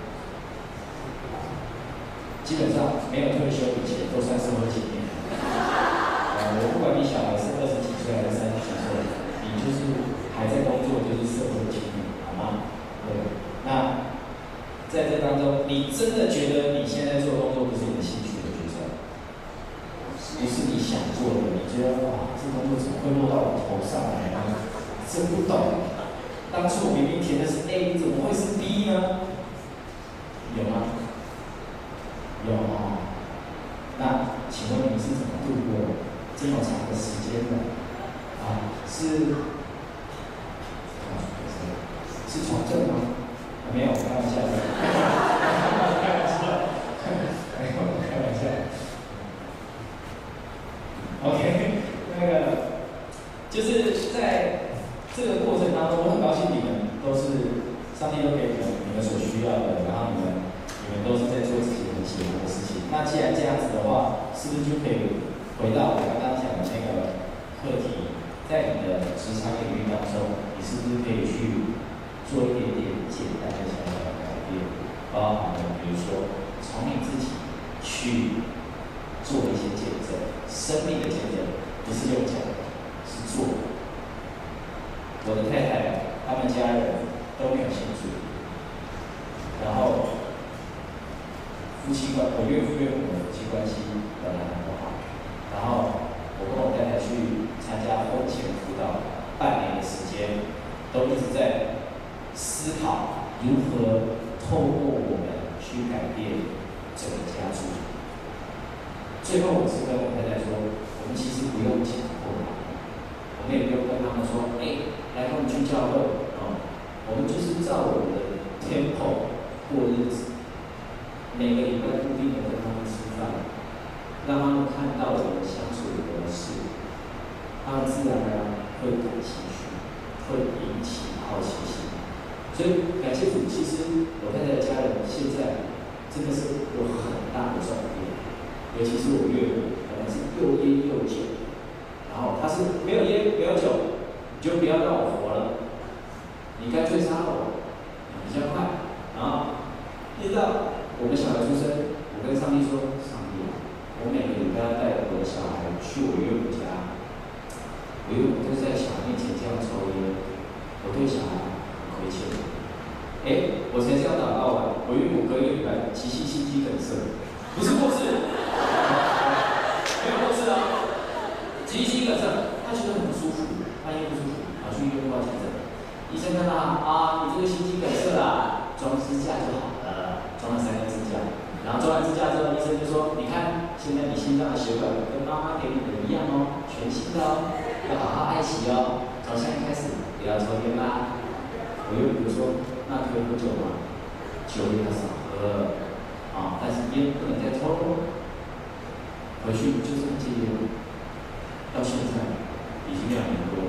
基本上没有退休以前都算社会青年。呃，我不管你小孩是二十几岁还是三十几岁，你就是还在工作，就是社会青年，好吗？对。那在这当中，你真的觉得你现在做工作不是你的兴趣的举手？不是你想做的，你觉得哇，这工作怎么会落到我头上来呢？真不懂。当初我明明填的是 A， 怎么会是 B 呢？有吗？有哦。那请问你是怎么度过这么长的时间的？啊，是啊，是从政吗？啊、没有，开玩笑的。开玩笑，没有，开玩笑。OK， 那个就是在这个过程当中，我很高兴你们都是上帝都给你们你们所需要的，然后你们你们都是在做自己很喜欢的事情。那既然这样子的话，是不是就可以回到我刚刚讲的那个课题，在你的职场领域当中，你是不是可以去做一点点简单的小小的改变，包含了比如说从你自己去做一些见证，生命的见证，不是用讲，是做。我的太太他们家人都没有信主，然后夫妻关，我岳父岳母的夫妻关系本来很不好，然后我跟我太太去参加婚前辅导，半年的时间，都一直在思考如何透过我们去改变整个家族。最后我是跟我太太说，我们其实不用强迫他们，我们也不用跟他们说，哎、欸，来跟我们去教会哦，我们就是照我们的 tempo 过日子。每个礼拜固定的跟他们吃饭，让他们看到我们相处的模式，他们自然而然会感兴趣，会引起好奇心。所以感谢主，其实我太太的家人现在真的是有很大的转变，尤其是我岳母，可能是又烟又酒，然后他是没有烟没有酒，你就不要让我活了，你干脆杀了我，比较快，然后一直到。我们小孩出生，我跟上帝说：“上帝，我每个礼拜要带我的小孩去我岳母家，我岳母都在小孩面前这样抽烟，我对小孩很亏欠。”哎，我才这样祷告完，我岳母隔一个礼拜急性心肌梗塞，不是过世，没有过世啊，急性梗塞，他觉得很不舒服，半夜不舒服，跑去医院报急诊，医生看到啊，你这个心肌梗塞啦，装支架就好了。装了三根支架，然后装完支架之后，医生就说：“你看，现在你心脏的血管跟妈妈给你的一样哦，全新的哦，要好好爱惜哦。从现在开始不要抽烟啦。”我又比如说，那可以喝酒吗？酒也要少喝了啊，但是烟不能再抽了。回去就是戒烟，到现在已经两年多了，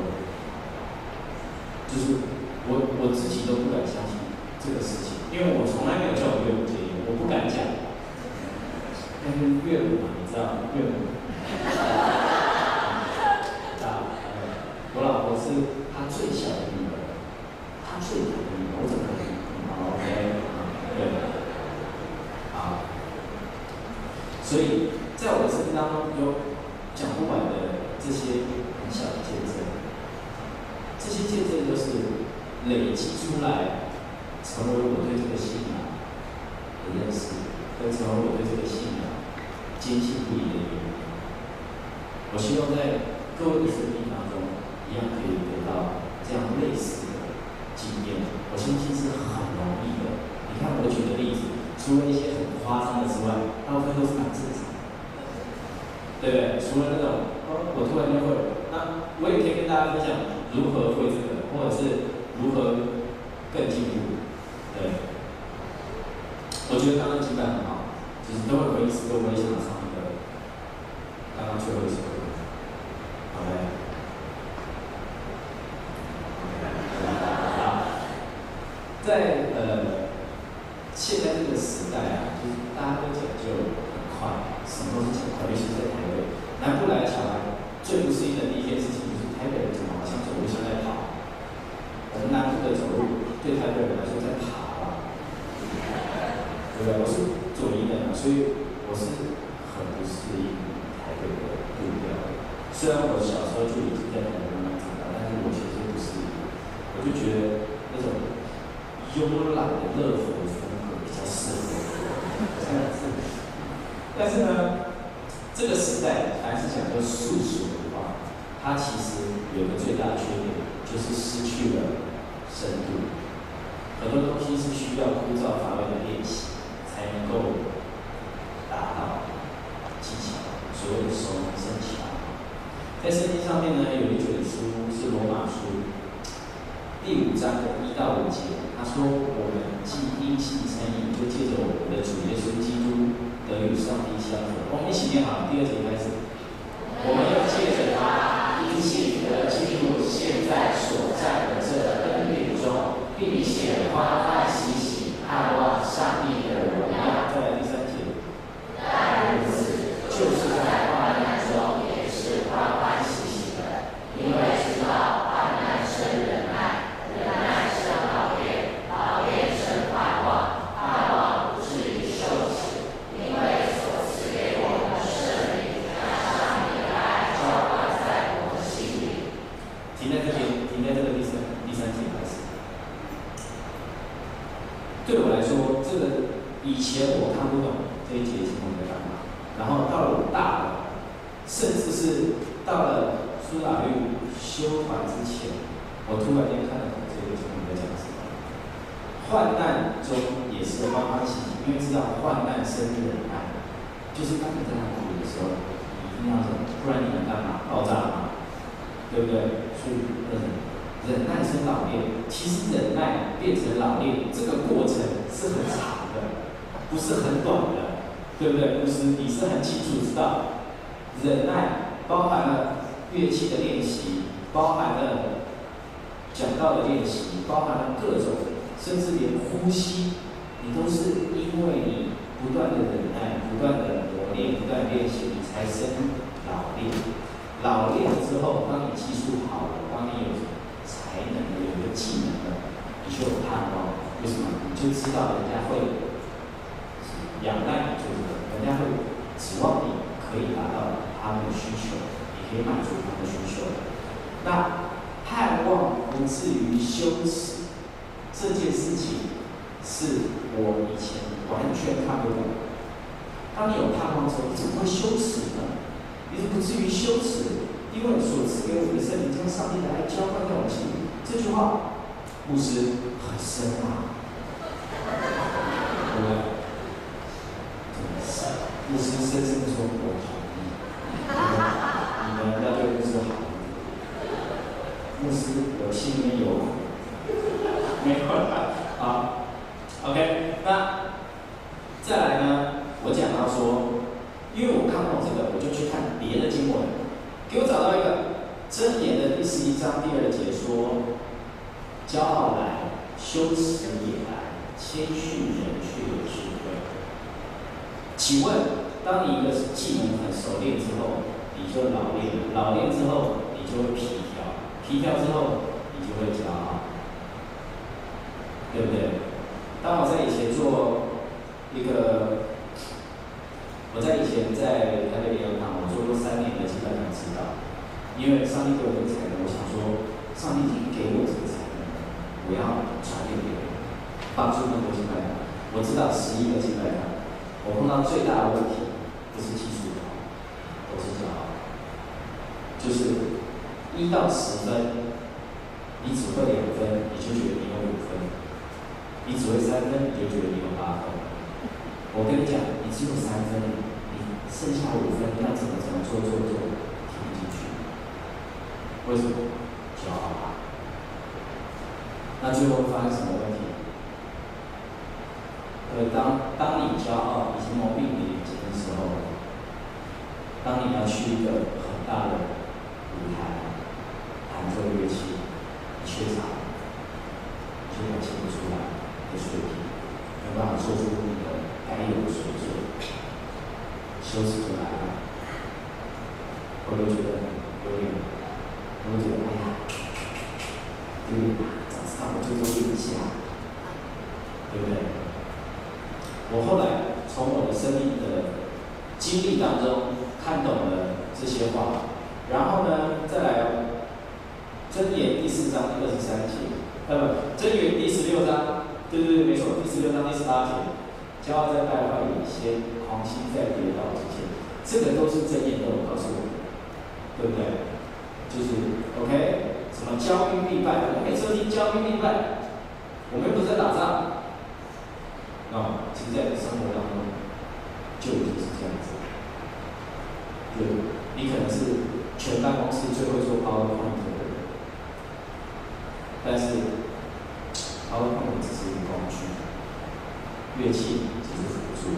就是我我自己都不敢相信这个事情。因为我从来没有叫我岳母戒烟，我不敢讲。但是岳母嘛，你知道，岳母，啊，我老婆是她最小的女儿，她最大的女儿，我怎么可能？好 ，OK， 对，好。所以在我的生命当中有讲不完的这些很小的见证，这些见证都是累积出来。成为我对这个信仰的认识，跟成为我对这个信仰坚信不疑的原因。我希望在各位的生命当中，一样可以得到这样类似的经验。我相信是很容易的。你看我举的例子，除了一些很夸张的之外，大部分都是蛮正常的，对不对？除了那种哦，我突然就会了，那我也可以跟大家分享如何会这个，或者是如何更进步。对， 我觉得刚刚击败很好，就是都会回一次，都我也想唱一个刚刚最后一首歌，好嘞。好，在呃现在这个时代啊，就是大家都讲究很快，什么都是讲快，尤其在台北，南部来的小孩最不适应的第一件事情就是台北人怎么好像走路像在跑，我们南部的走路对台北人来说在爬吧。对不对？我是左营人啊，所以我是很不适应台北的步调的。虽然我小时候就已经在台北慢慢长大，但是我其实不适应。我就觉得那种慵懒的乐活风格比较适合我。但是呢，这个时代还是讲究速食文化，它其实有个最大的缺点，就是失去了深度。很多东西是需要枯燥乏味的练习。才能够达到技巧，所谓的熟能生巧。在圣经上面呢，有一卷书是罗马书第五章的一到五节，他说：“我们既因信称义，就借着我们的主耶稣基督得与上帝相合。”我们一起念好，第二节开始。我们要借着他因信得进入现在所在的这恩典中，并且欢欢喜喜盼望上帝的荣耀。再来第三节。但如此，就是在患难中也是欢欢喜喜的，因为知道患难生忍耐，忍耐生老练，老练生盼望，盼望不至于羞耻，因为所赐给我们的圣灵将上帝的爱浇灌在我们心里。停在这边，停在这个第三第三节开始。对我来说，这个以前我看不懂这一节经文在干嘛，然后到了我大了，甚至是到了苏打绿修团之前，我突然间看得懂这个经文在讲什么。患难中也是欢欢喜喜，因为知道患难生忍耐，就是当你在那苦的时候，你一定要忍，不然你能干嘛？爆炸吗？对不对？所以忍。忍耐生老练，其实忍耐变成老练，这个过程是很长的，不是很短的，对不对？牧师，你是很清楚知道，忍耐包含了乐器的练习，包含了讲道的练习，包含了各种，甚至连呼吸，你都是因为你不断的忍耐，不断的磨练，不断练习，你才生老练。老练之后，当你技术好了，当你有才能的，有一个技能的，你就有盼望。为什么？你就知道人家会仰赖你做这个，人家会指望你可以达到他们的需求，你可以满足他们的需求。那盼望不至于羞耻这件事情，是我以前完全看不懂。当你有盼望之后，你怎么会羞耻呢？你是不至于羞耻。因为所赐给我们的圣灵将上帝的爱浇灌在我们心里，这句话，牧师很深啊，对不对？牧师深深的说：“我同意。”你们要对牧师好。牧师，我心里面有苦，没有了。好 ，OK， 那再来呢？我讲到说，因为我看到这个，我就去看别的经文。给我找到一个箴言的第十一章第二节说：“骄傲来，羞耻也来；谦逊人却有智慧。”请问，当你一个技能很熟练之后，你就老练了；老练之后，你就会皮条；皮条之后，你就会骄傲，对不对？当我在以前做一个。我在以前在台北联合堂，我做过三年的敬拜堂指导，因为上帝给我这个才能，我想说，上帝已经给我这个才能，我要传给别人，帮助更多敬拜堂。我知道十一个敬拜堂，我碰到最大的问题不是技术好，我是骄傲，就是一到十分，你只会两分，你就觉得你有五分；你只会三分，你就觉得你有八分。我跟你讲，你只有三分，你剩下五分要怎么怎么做做做，听不进去。为什么？骄傲啊！那最后会发生什么问题？我可当当你骄傲已经蒙蔽你眼睛的时候，当你要去一个很大的舞台弹奏乐器，你怯场，你就表现不出来的水平，没有办法做出你的该有的水准，羞耻就来了，我就觉得有点，我就觉得哎呀，有点早知道我就多练一下，对不对？我后来从我的生命的经历当中看懂了这些话，然后呢，再来箴言第四章第二十三节，呃不，箴言第十六章，对对对，没错，第十六章第十八节，骄傲在败坏以前，狂心在跌倒之前，这个都是箴言都有告诉我们，对不对？就是 OK， 什么骄兵必败，我们每次都听骄兵必败，我们又不是在打仗。啊，其实在你生活当中，就已经是这样子。对，你可能是全办公室最会做 PowerPoint 的人，但是 PowerPoint 只是一个工具，乐器只是辅助。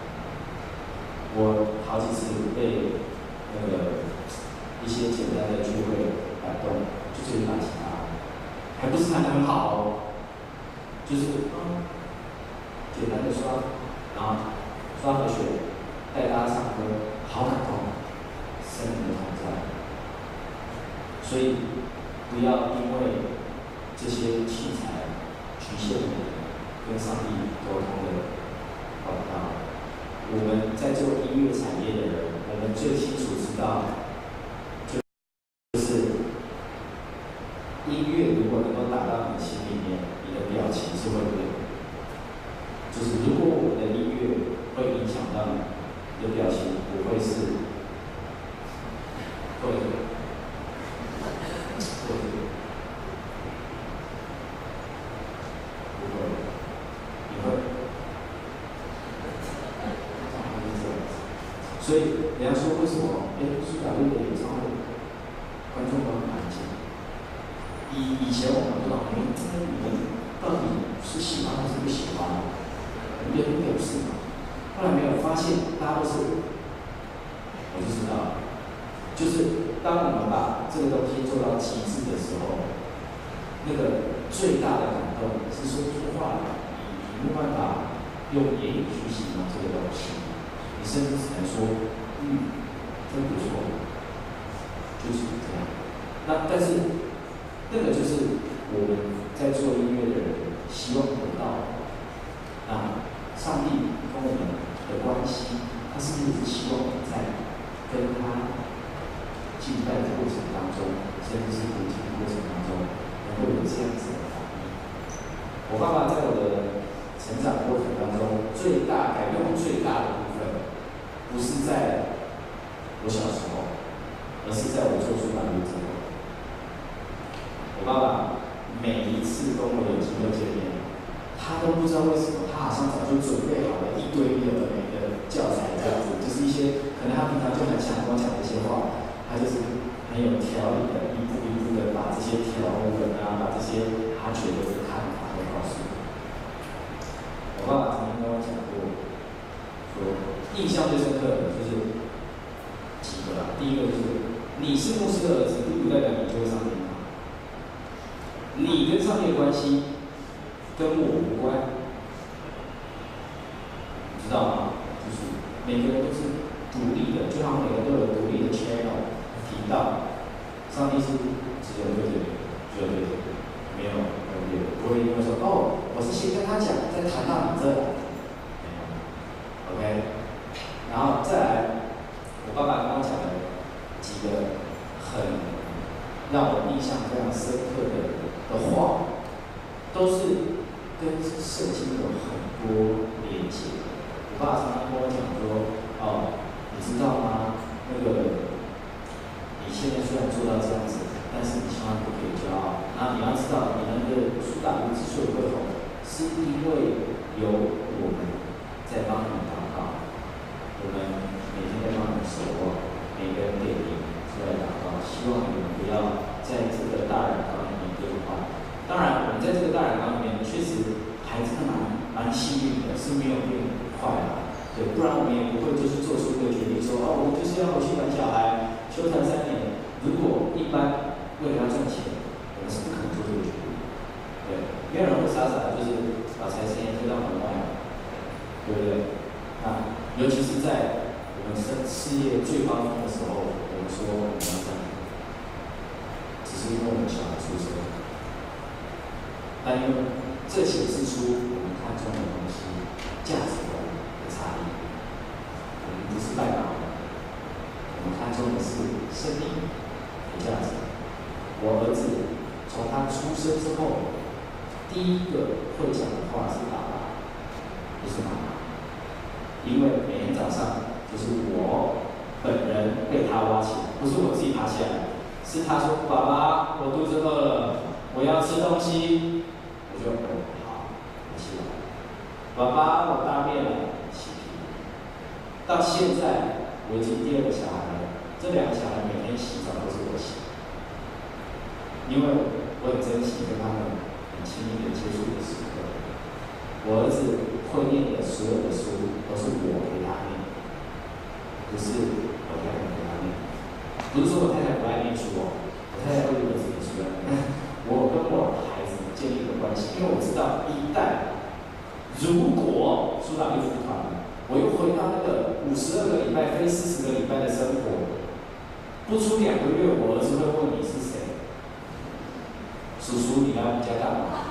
我好几次被那个一些简单的聚会感动，就是弹吉他，还不是弹得很好哦，就是嗯。简单的刷，然后刷和弦，带大家唱歌，好感动，圣灵的同在。所以不要因为这些器材局限你跟上帝沟通的管道。我们在做音乐产业的人，我们最清楚知道，就是音乐如果能够打到你的心里面，你的表情是会变的。就是如果我们的音乐会影响到你的表情，不会是会会不会，你会，所以人家说为什么哎苏打绿的演唱会观众都很安静？以以前我们不懂，哎，这个你们到底是喜欢还是不喜欢？别人表示嘛，后来没有发现，大家都是，我就知道，就是当我们把这个东西做到极致的时候，那个最大的感动是说不出话来，你没有办法用言语去形容这个东西，你甚至只能说，嗯，真不错，就是这样。那但是那个就是我们在做音乐的人希望得到的。那上帝跟我们的关系，他是不是希望我们在跟他敬拜的过程当中，甚至是读经的过程当中，能够有这样子的反应？我爸爸在我的成长过程当中，最大改变我最大的部分，不是在我小时候，而是在我做出版业之后。我爸爸每一次跟我有机会见面，他都不知道为什么，他好像早就准备好了一堆有的没的教材，这样子，就是一些可能他平常就很想跟我讲的一些话，他就是很有条理的，一步一步的把这些条文啊，把这些他觉得的看法都告诉我。我爸爸曾经跟我讲过，说印象最深刻的就是几个啦，第一个就是你是牧师的儿子，并不代表你就会上天堂，你跟上帝的关系跟我无关，你知道吗？就是每个人都是独立的，就好像每个人都有独立的 channel 频道。上帝是只有对着你，只有对着你，没有没有别的，不会因为说哦，我是先跟他讲，再谈到你这来，没有 ，OK。然后再来，我爸爸刚刚讲的几个很让我印象非常深刻的的话，都是跟圣经有很多连结。我爸常常跟我讲说，哦，你知道吗？那个你现在虽然做到这样子，但是你千万不可以骄傲。然后你要知道，你那个苏打绿之所以会红，是因为有我们在帮你祷告，我们每天在帮你守望，每个人点名出来祷告，希望你们不要在这个大染缸里面变坏。当然，我们在这个大染缸里面，确实还真的蛮蛮蛮幸运的，是没有变坏啦。对，不然我们也不会就是做出一个决定说，哦，我就是要回去养小孩，休团三年。如果一般为了要赚钱，我们是不可能做这个决定。对，没有人会傻傻的就是把财神爷推到门外，对不对？那尤其是在我们事事业最高峰的时候，我们说我们要赚钱，只是因为我们小孩出生。但因为这显示出我们看重的东西价值观的差异。我们不是拜把子，我们看重的是生命的价值。我儿子从他出生之后，第一个会讲的话是爸爸，不是妈妈。因为每天早上就是我本人被他挖起来，不是我自己爬起来，是他说：“爸爸，我肚子饿了，我要吃东西。”我就哦好，我起来。爸爸，我大便了，洗屁。到现在我已经第二个小孩了，这两个小孩每天洗澡都是我洗，因为我很珍惜跟他们很亲密的接触的时刻。我儿子会念的所有的书都是我给他念，不是我太太给他念。不是说我太太不爱念书哦，我太太会念自己的书。我跟我孩子建立一个关系，因为我知道一旦如果苏打绿服团，我又回到那个五十二个礼拜非四十个礼拜的生活，不出两个月，我儿子会问你是谁？叔叔，你来我们家干嘛？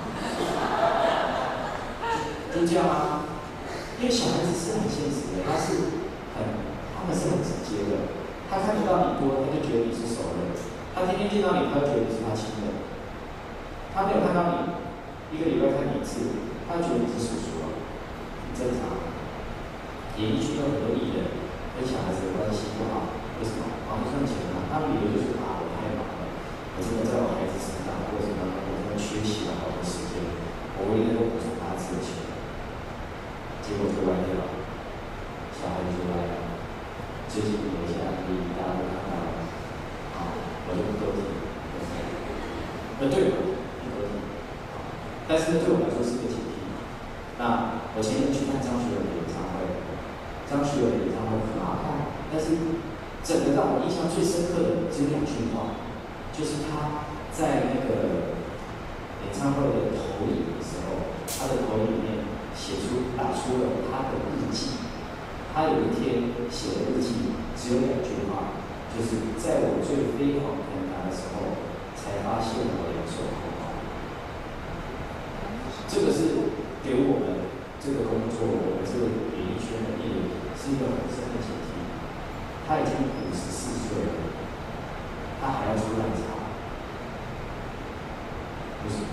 就这样啊，因为小孩子是很现实的，他是很，他们是很直接的。他看不到你多，他就觉得你是熟人；他天天见到你，他就觉得你是他亲人。他没有看到你，一个礼拜看你一次，他觉得你是叔叔了，很正常。演艺圈有很多艺人跟小孩子的关系不好，为什么？忙不赚钱啊，他们理由就是啊，我太忙了，我真的在我孩子成长过程当中，我真的缺席了好多时间，我为了能够补充他自己的钱。结果就歪掉了，小孩就歪了。最近有一些案例，大家都看到了，啊，我就不多提。呃，对了，不多提。但是呢，对我来说是一个警惕。那我前天去看张学友的演唱会，张学友的演唱会很好看，但是整个让我印象最深刻的只有两句话，就是他在那个演唱会的投影的时候，他的投影里面。写出打出了他的日记，他有一天写的日记只有两句话，就是在我最飞黄腾达的时候，才发现我两手空空。这个是给我们这个工作，我们这个演艺圈的艺人是一个很深的警惕。他已经五十四岁了，他还要出来查，为什么？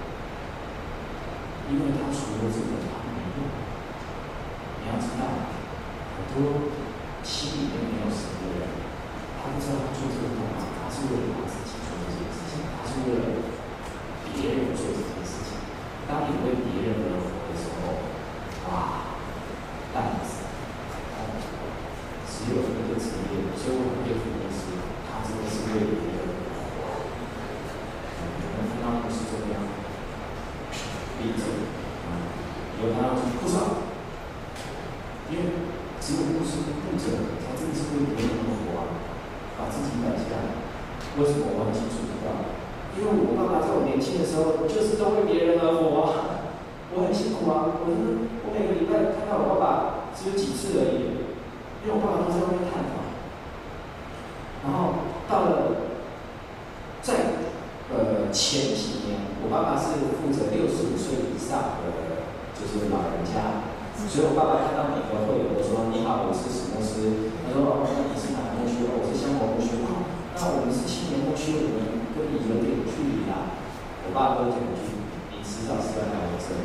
因为他除了这个，他没用。你要知道，很多心里面没有神的人，他不知道他做这个干嘛，他是为了他自己做这件事情，他是为了别人做这件事情。当你为别人而活的时候，哇，淡死，只有一个职业，所以我很佩服牧师，他真的是为别人而活。我们看到牧师这样。例子，嗯，有他不少，因为只有牧师跟牧者才真的是为别人而活啊，把自己摆下来。为什么我很清楚知道？因为我爸爸在我年轻的时候就是都为别人而活啊，我很辛苦啊，我真的，我每个礼拜看到我爸爸只有几次而已，因为我爸爸都在外面探访。然后到了在呃前几年。我爸爸是负责六十五岁以上的，就是老人家，所以我爸爸看到每个会友都说：“你好，我是史牧师。”他说：“哦，那你是哪个牧区？我是香火牧区。哦，那我们是青年牧区，我们跟你有点距离啦。”我爸都讲一句：“你迟早是要来我这里，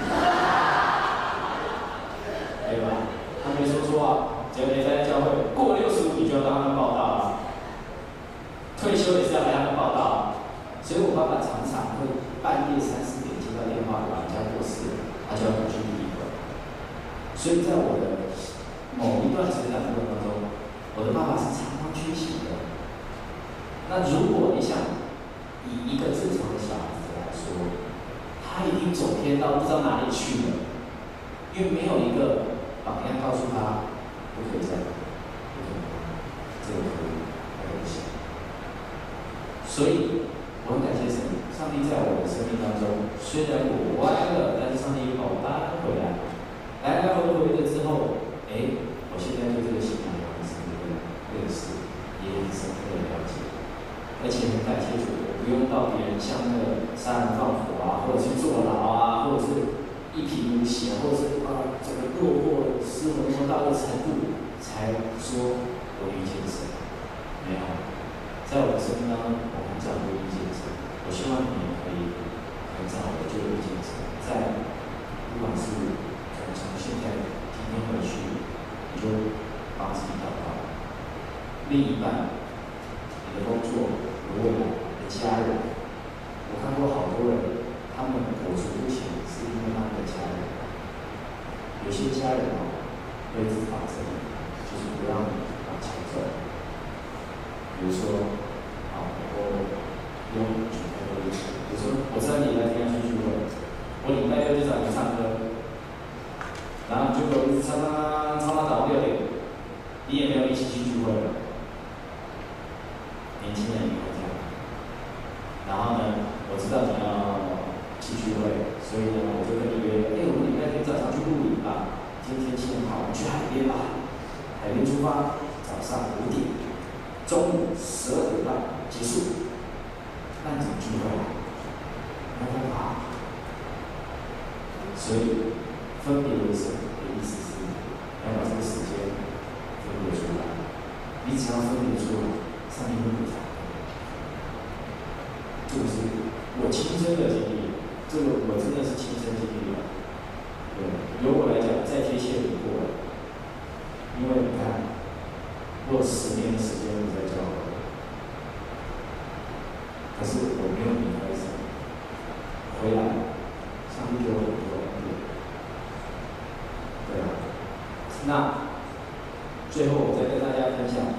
对吧？”他没说错啊，只要没在教会过六十五，你就要让他们报道啊。退休也是要来他们报道啊。所以我爸爸常常会半夜三四点接到电话，老人家过世了，他就要回去礼拜。所以在我的某一段成长过程当中，我的爸爸是常常缺席的。那如果你想以一个正常的小孩子来说，他已经走偏到不知道哪里去了， 因为没有一个榜样告诉他不可以这样，不可以，这个可以，那个不行。所以我很感谢神，上帝在我的生命当中，虽然我歪了，但是上帝把我拉回来，来来回回的之后，哎，我现在对这个信仰有很深的认识，也很深刻的了解，而且很感谢主，我不用到别人像那个杀人放火啊，或者是坐牢啊，或者是一贫如洗，或者是啊整个落魄失魂落到的程度，才说我遇见神。没有，在我的生命当中，我很早就遇见神。我希望你也可以很早的就遇见神，在不管是从现在今天回去，你就帮自己祷告。另一半，你的工作，你的未来，你的家人，我看过好多人，他们裹足不前，是因为他们的家人。有些家人哦，会自保着你，就是不让你往前走。比如说，啊，我用举个例子，比如说，我知道你礼拜天要去聚会，我礼拜六就找你唱歌，然后你就给我一直唱唱唱到早上六点，你也没有一起去聚会了。年轻人也会这样。然后呢，我知道你要去聚会，所以呢，我就跟你约，哎，我们礼拜天早上去露营吧。今天天气很好，我们去海边吧。海边出发，早上五点，中午十二点半结束。那怎么聚会？没办法。所以分别为圣的意思是，要把这个时间分别出来。你只要分别出来，上帝会补偿。这个是我亲身的经历，这个我真的是亲身经历的。对，由我来讲，再贴切不过了。因为你看，我有十年的时间我在教会，可是我没有离开神，回来，上帝给我很多恩典。对啊，那最后我再跟大家分享。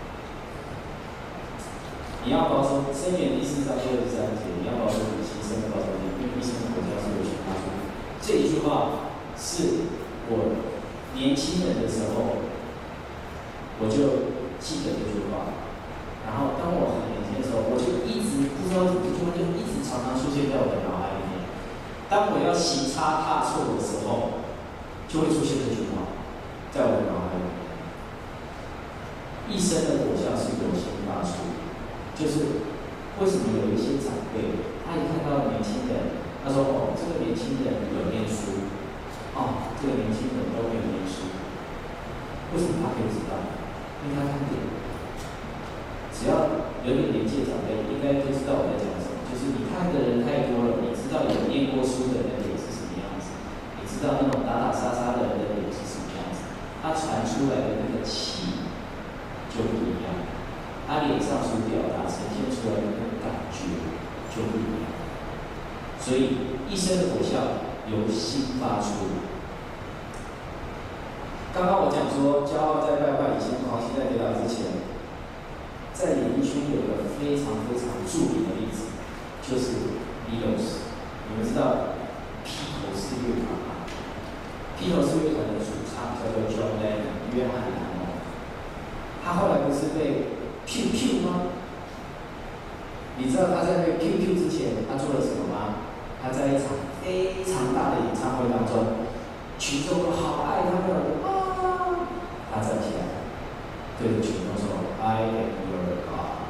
你要保守箴言第四章第二十三节，你要保守你心生的保守你，因为一生的果效是由心发出。这一句话是我年轻人的时候，我就记得这句话。然后当我很年轻的时候，我就一直不知道这句话就一直常常出现在我的脑海里面。当我要行差踏错的时候，就会出现这句话，在我的脑海里面。一生的果效是由心发出。就是为什么有一些长辈，他一看到年轻人，他说：“哦，这个年轻人有念书，哦，这个年轻人都没有念书。”为什么他可以知道？因为他看电影。只要有点年纪的长辈，应该都知道我在讲什么。就是你看的人太多了，你知道有念过书的人脸是什么样子，你知道那种打打杀杀的人的脸是什么样子，他传出来的那个气就不一样。他脸上所表达呈现出来的那个感觉就不一样，所以一生的果效由心发出。刚刚我讲说，骄傲在败坏以前，狂喜在跌倒之前，在演艺圈有个非常非常著名的例子，就是 Beatles。你们知道披头士乐团吗？披头士乐团的主唱叫做 John Lennon， 约翰·列侬。他后来不是被Q Q 吗？你知道他在被 Q Q 之前，他做了什么吗？他在一场非常大的演唱会当中，群众都好爱他们啊！他站起来，对着群众说 ：“I am your God。”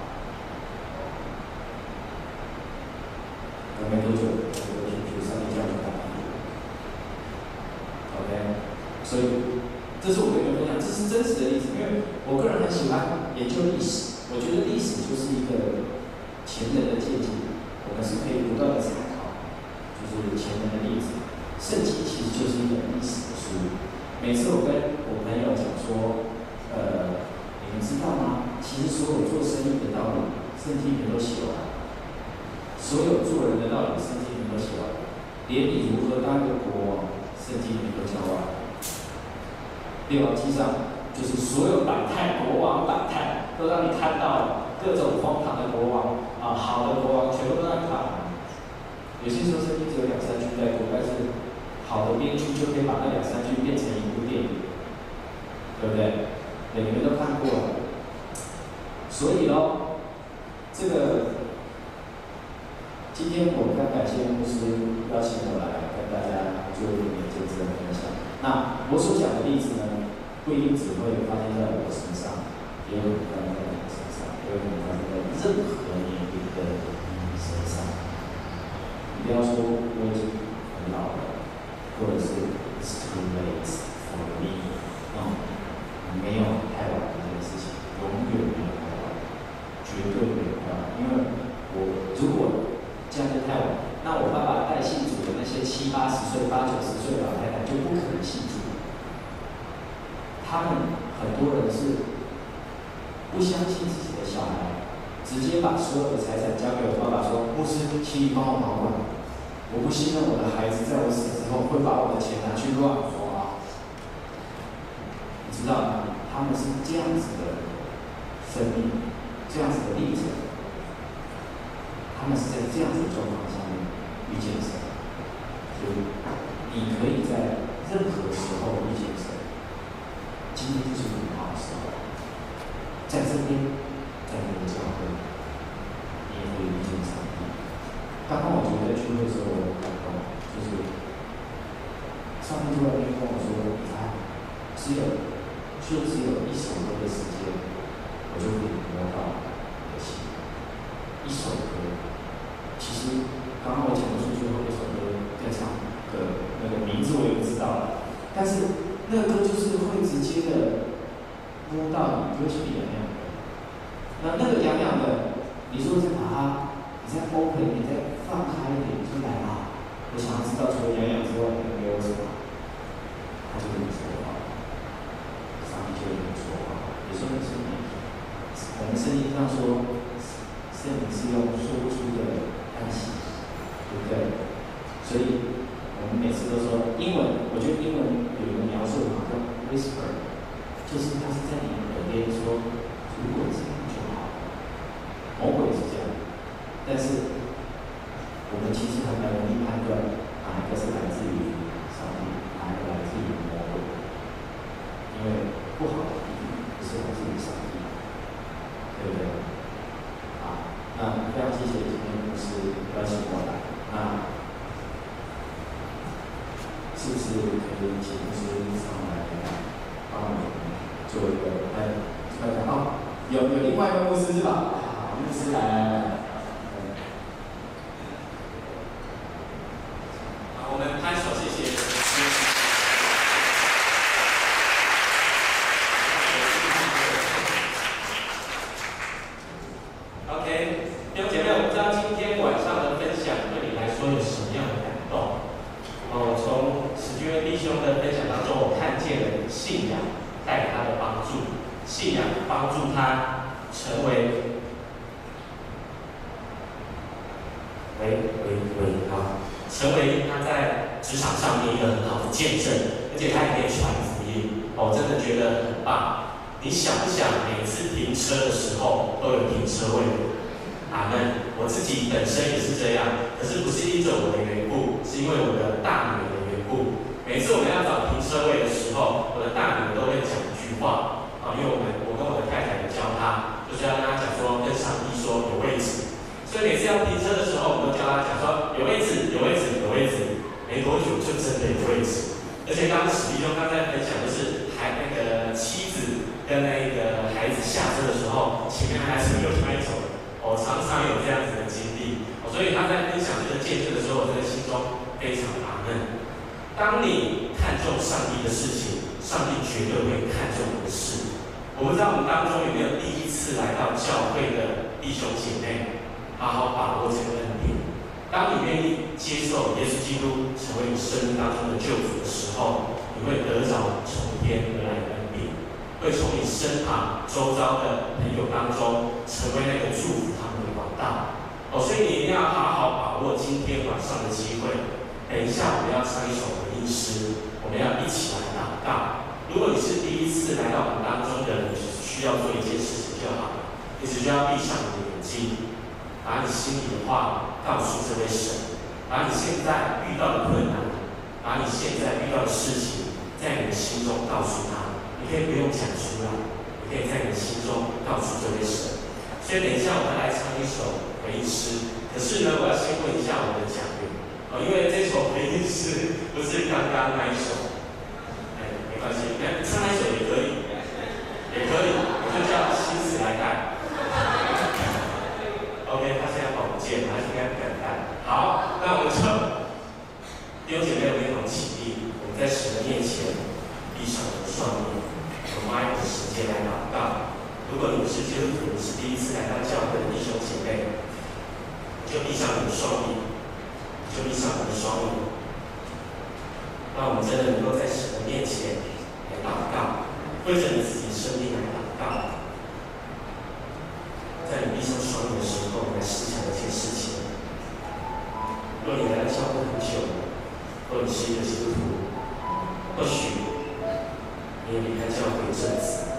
可没多久，这个 Q Q 上面叫他打屁股。OK， 所以这是我跟你们分享，这是真实的例子，因为我个人很喜欢研究历史。我觉得历史就是一个前人的借鉴，我们是可以不断的参考，就是前人的例子。圣经其实就是一本历史的书。每次我跟我朋友讲说，呃，你们知道吗？其实所有做生意的道理，圣经里面都写完；所有做人的道理，圣经里面都写完；连你如何当一个国王，圣经里面都教完。列王纪上就是所有百态国王百态。都让你看到了各种荒唐的国王啊，好的国王全部都让你看完。有些时候圣经只有两三句带过，但是好的编剧就可以把那两三句变成一部电影，对不对？对，你们都看过了。所以咯，这个今天我非常感谢牧师邀请我来跟大家做一点见证分享。那我所讲的例子呢，不一定只会发生在我身上，也有可能发生在你身上，也有可能发生在任何年龄的人身上。你不要说我已经很老了，或者是 it's too late for me， no， 没有太晚这件事情，永远没有太晚，绝对没有太晚。因为我如果这样就太晚，那我爸爸带信主的那些七八十岁、八九十岁的老太太就不可能信主。他们很多人是不相信自己的小孩，直接把所有的财产交给我爸爸说：“牧师，请你帮我保管。我不信任我的孩子在我死之后会把我的钱拿去乱花。”你知道吗？他们是这样子的生命，这样子的历程，他们是在这样子的状况下面遇见神。所以你可以在任何时候遇见神。今天就是很好的时候，在这边，在你的教会，你也可以遇见上帝。刚刚我觉得在聚会的时候，我很感动，就是上帝突然间跟我说：“你看，只有就只有一首歌的时间，我就可以摸到你的心。一首歌，其实刚刚我讲的是最后一首歌在唱的那个名字我也不知道了，但是。”那个歌就是会直接的摸到你，就会心里痒痒的。那那个痒痒的，你说再把它，你再 open， 你再放开一点，就来吧。我想要知道除了痒痒之外，还有什么？他就跟你说话，上帝就跟你说话。你说你是哪？我们圣经上说，圣灵是用说不出的叹息，对不对？所以。我们每次都说英文，我觉得英文有一个描述好像 whisper， 就是它是在你耳边说，如果这样就好。魔鬼是这样，但是我们其实很难容易判断哪一个是来自于上帝，哪一个来自于魔鬼，因为不好的一定不是来自于上帝，对不对？好，那非常谢谢今天牧师邀请我来，那。是不是可以请牧师上来帮我们做一个哎，大家好，有有另外一位牧师是吧？好，牧师来来来。 好，我们拍手，谢谢。OK， 弟兄姐妹，我不知道今天晚上的分享对你来说有什么样的感动？哦，从史君威弟兄的分享当中，我看见了信仰带给他的帮助，信仰帮助他成为，喂喂喂，好，成为他在职场上面一个很好的见证，而且他也可以传福音，哦，真的觉得很棒。你想不想每次停车的时候都有停车位？阿们。我自己本身也是这样，可是不是因着我的缘故，是因为我的大女儿的缘故。每次我们要找停车位的时候，我的大女儿都会讲一句话啊，因为我们我跟我的太太有教她，就是要跟她讲说，跟上帝说有位置。所以每次要停车的时候，我们都教她讲说有位置，有位置，有位置。没多久就真的有位置。而且刚刚史弟兄刚才分享的是，还那个妻子跟那个孩子下车的时候，前面还是有开走。我常常有这样子的经历，所以他在分享这个见证的时候，我真的心中非常阿们。当你看重上帝的事情，上帝绝对会看重你的事。我不知道我们当中有没有第一次来到教会的弟兄姐妹，好好把握这个恩典。当你愿意接受耶稣基督成为你生命当中的救主的时候，你会得着从天而来的恩典。会从你身旁周遭的朋友当中成为那个祝福他们的管道哦，所以你一定要好好把握今天晚上的机会。等一下我们要唱一首回应诗，我们要一起来祷告。如果你是第一次来到我们当中的人，你只需要做一件事情就好了，你只需要闭上你的眼睛，把你心里的话告诉这位神，把你现在遇到的困难，把把你现在遇到的事情，在你的心中告诉他。你可以不用讲出来，你可以在你心中告诉这位神。所以等一下我们来唱一首回应诗。可是呢，我要先问一下我们的讲员，哦，因为这首回应诗不是刚刚那一首，哎，没关系，那唱那一首也可以，也可以，我就叫新词来带。OK， 他现在跑不见，他应该不敢带。好，那我们就弟兄姐妹，我们一同起立，我们在神的面前闭上我们的双眼，我们花一点时间来祷告。如果你不是基督徒，你是第一次来到教会的弟兄姐妹，就闭上你的双眼，就闭上你的双眼。让我们真的能够在神的面前来祷告，为着你自己生命来祷告。在你闭上双眼的时候，来思想一件事情。若你来到教会很久，或你是一个基督徒，或许你也离开教会一阵子。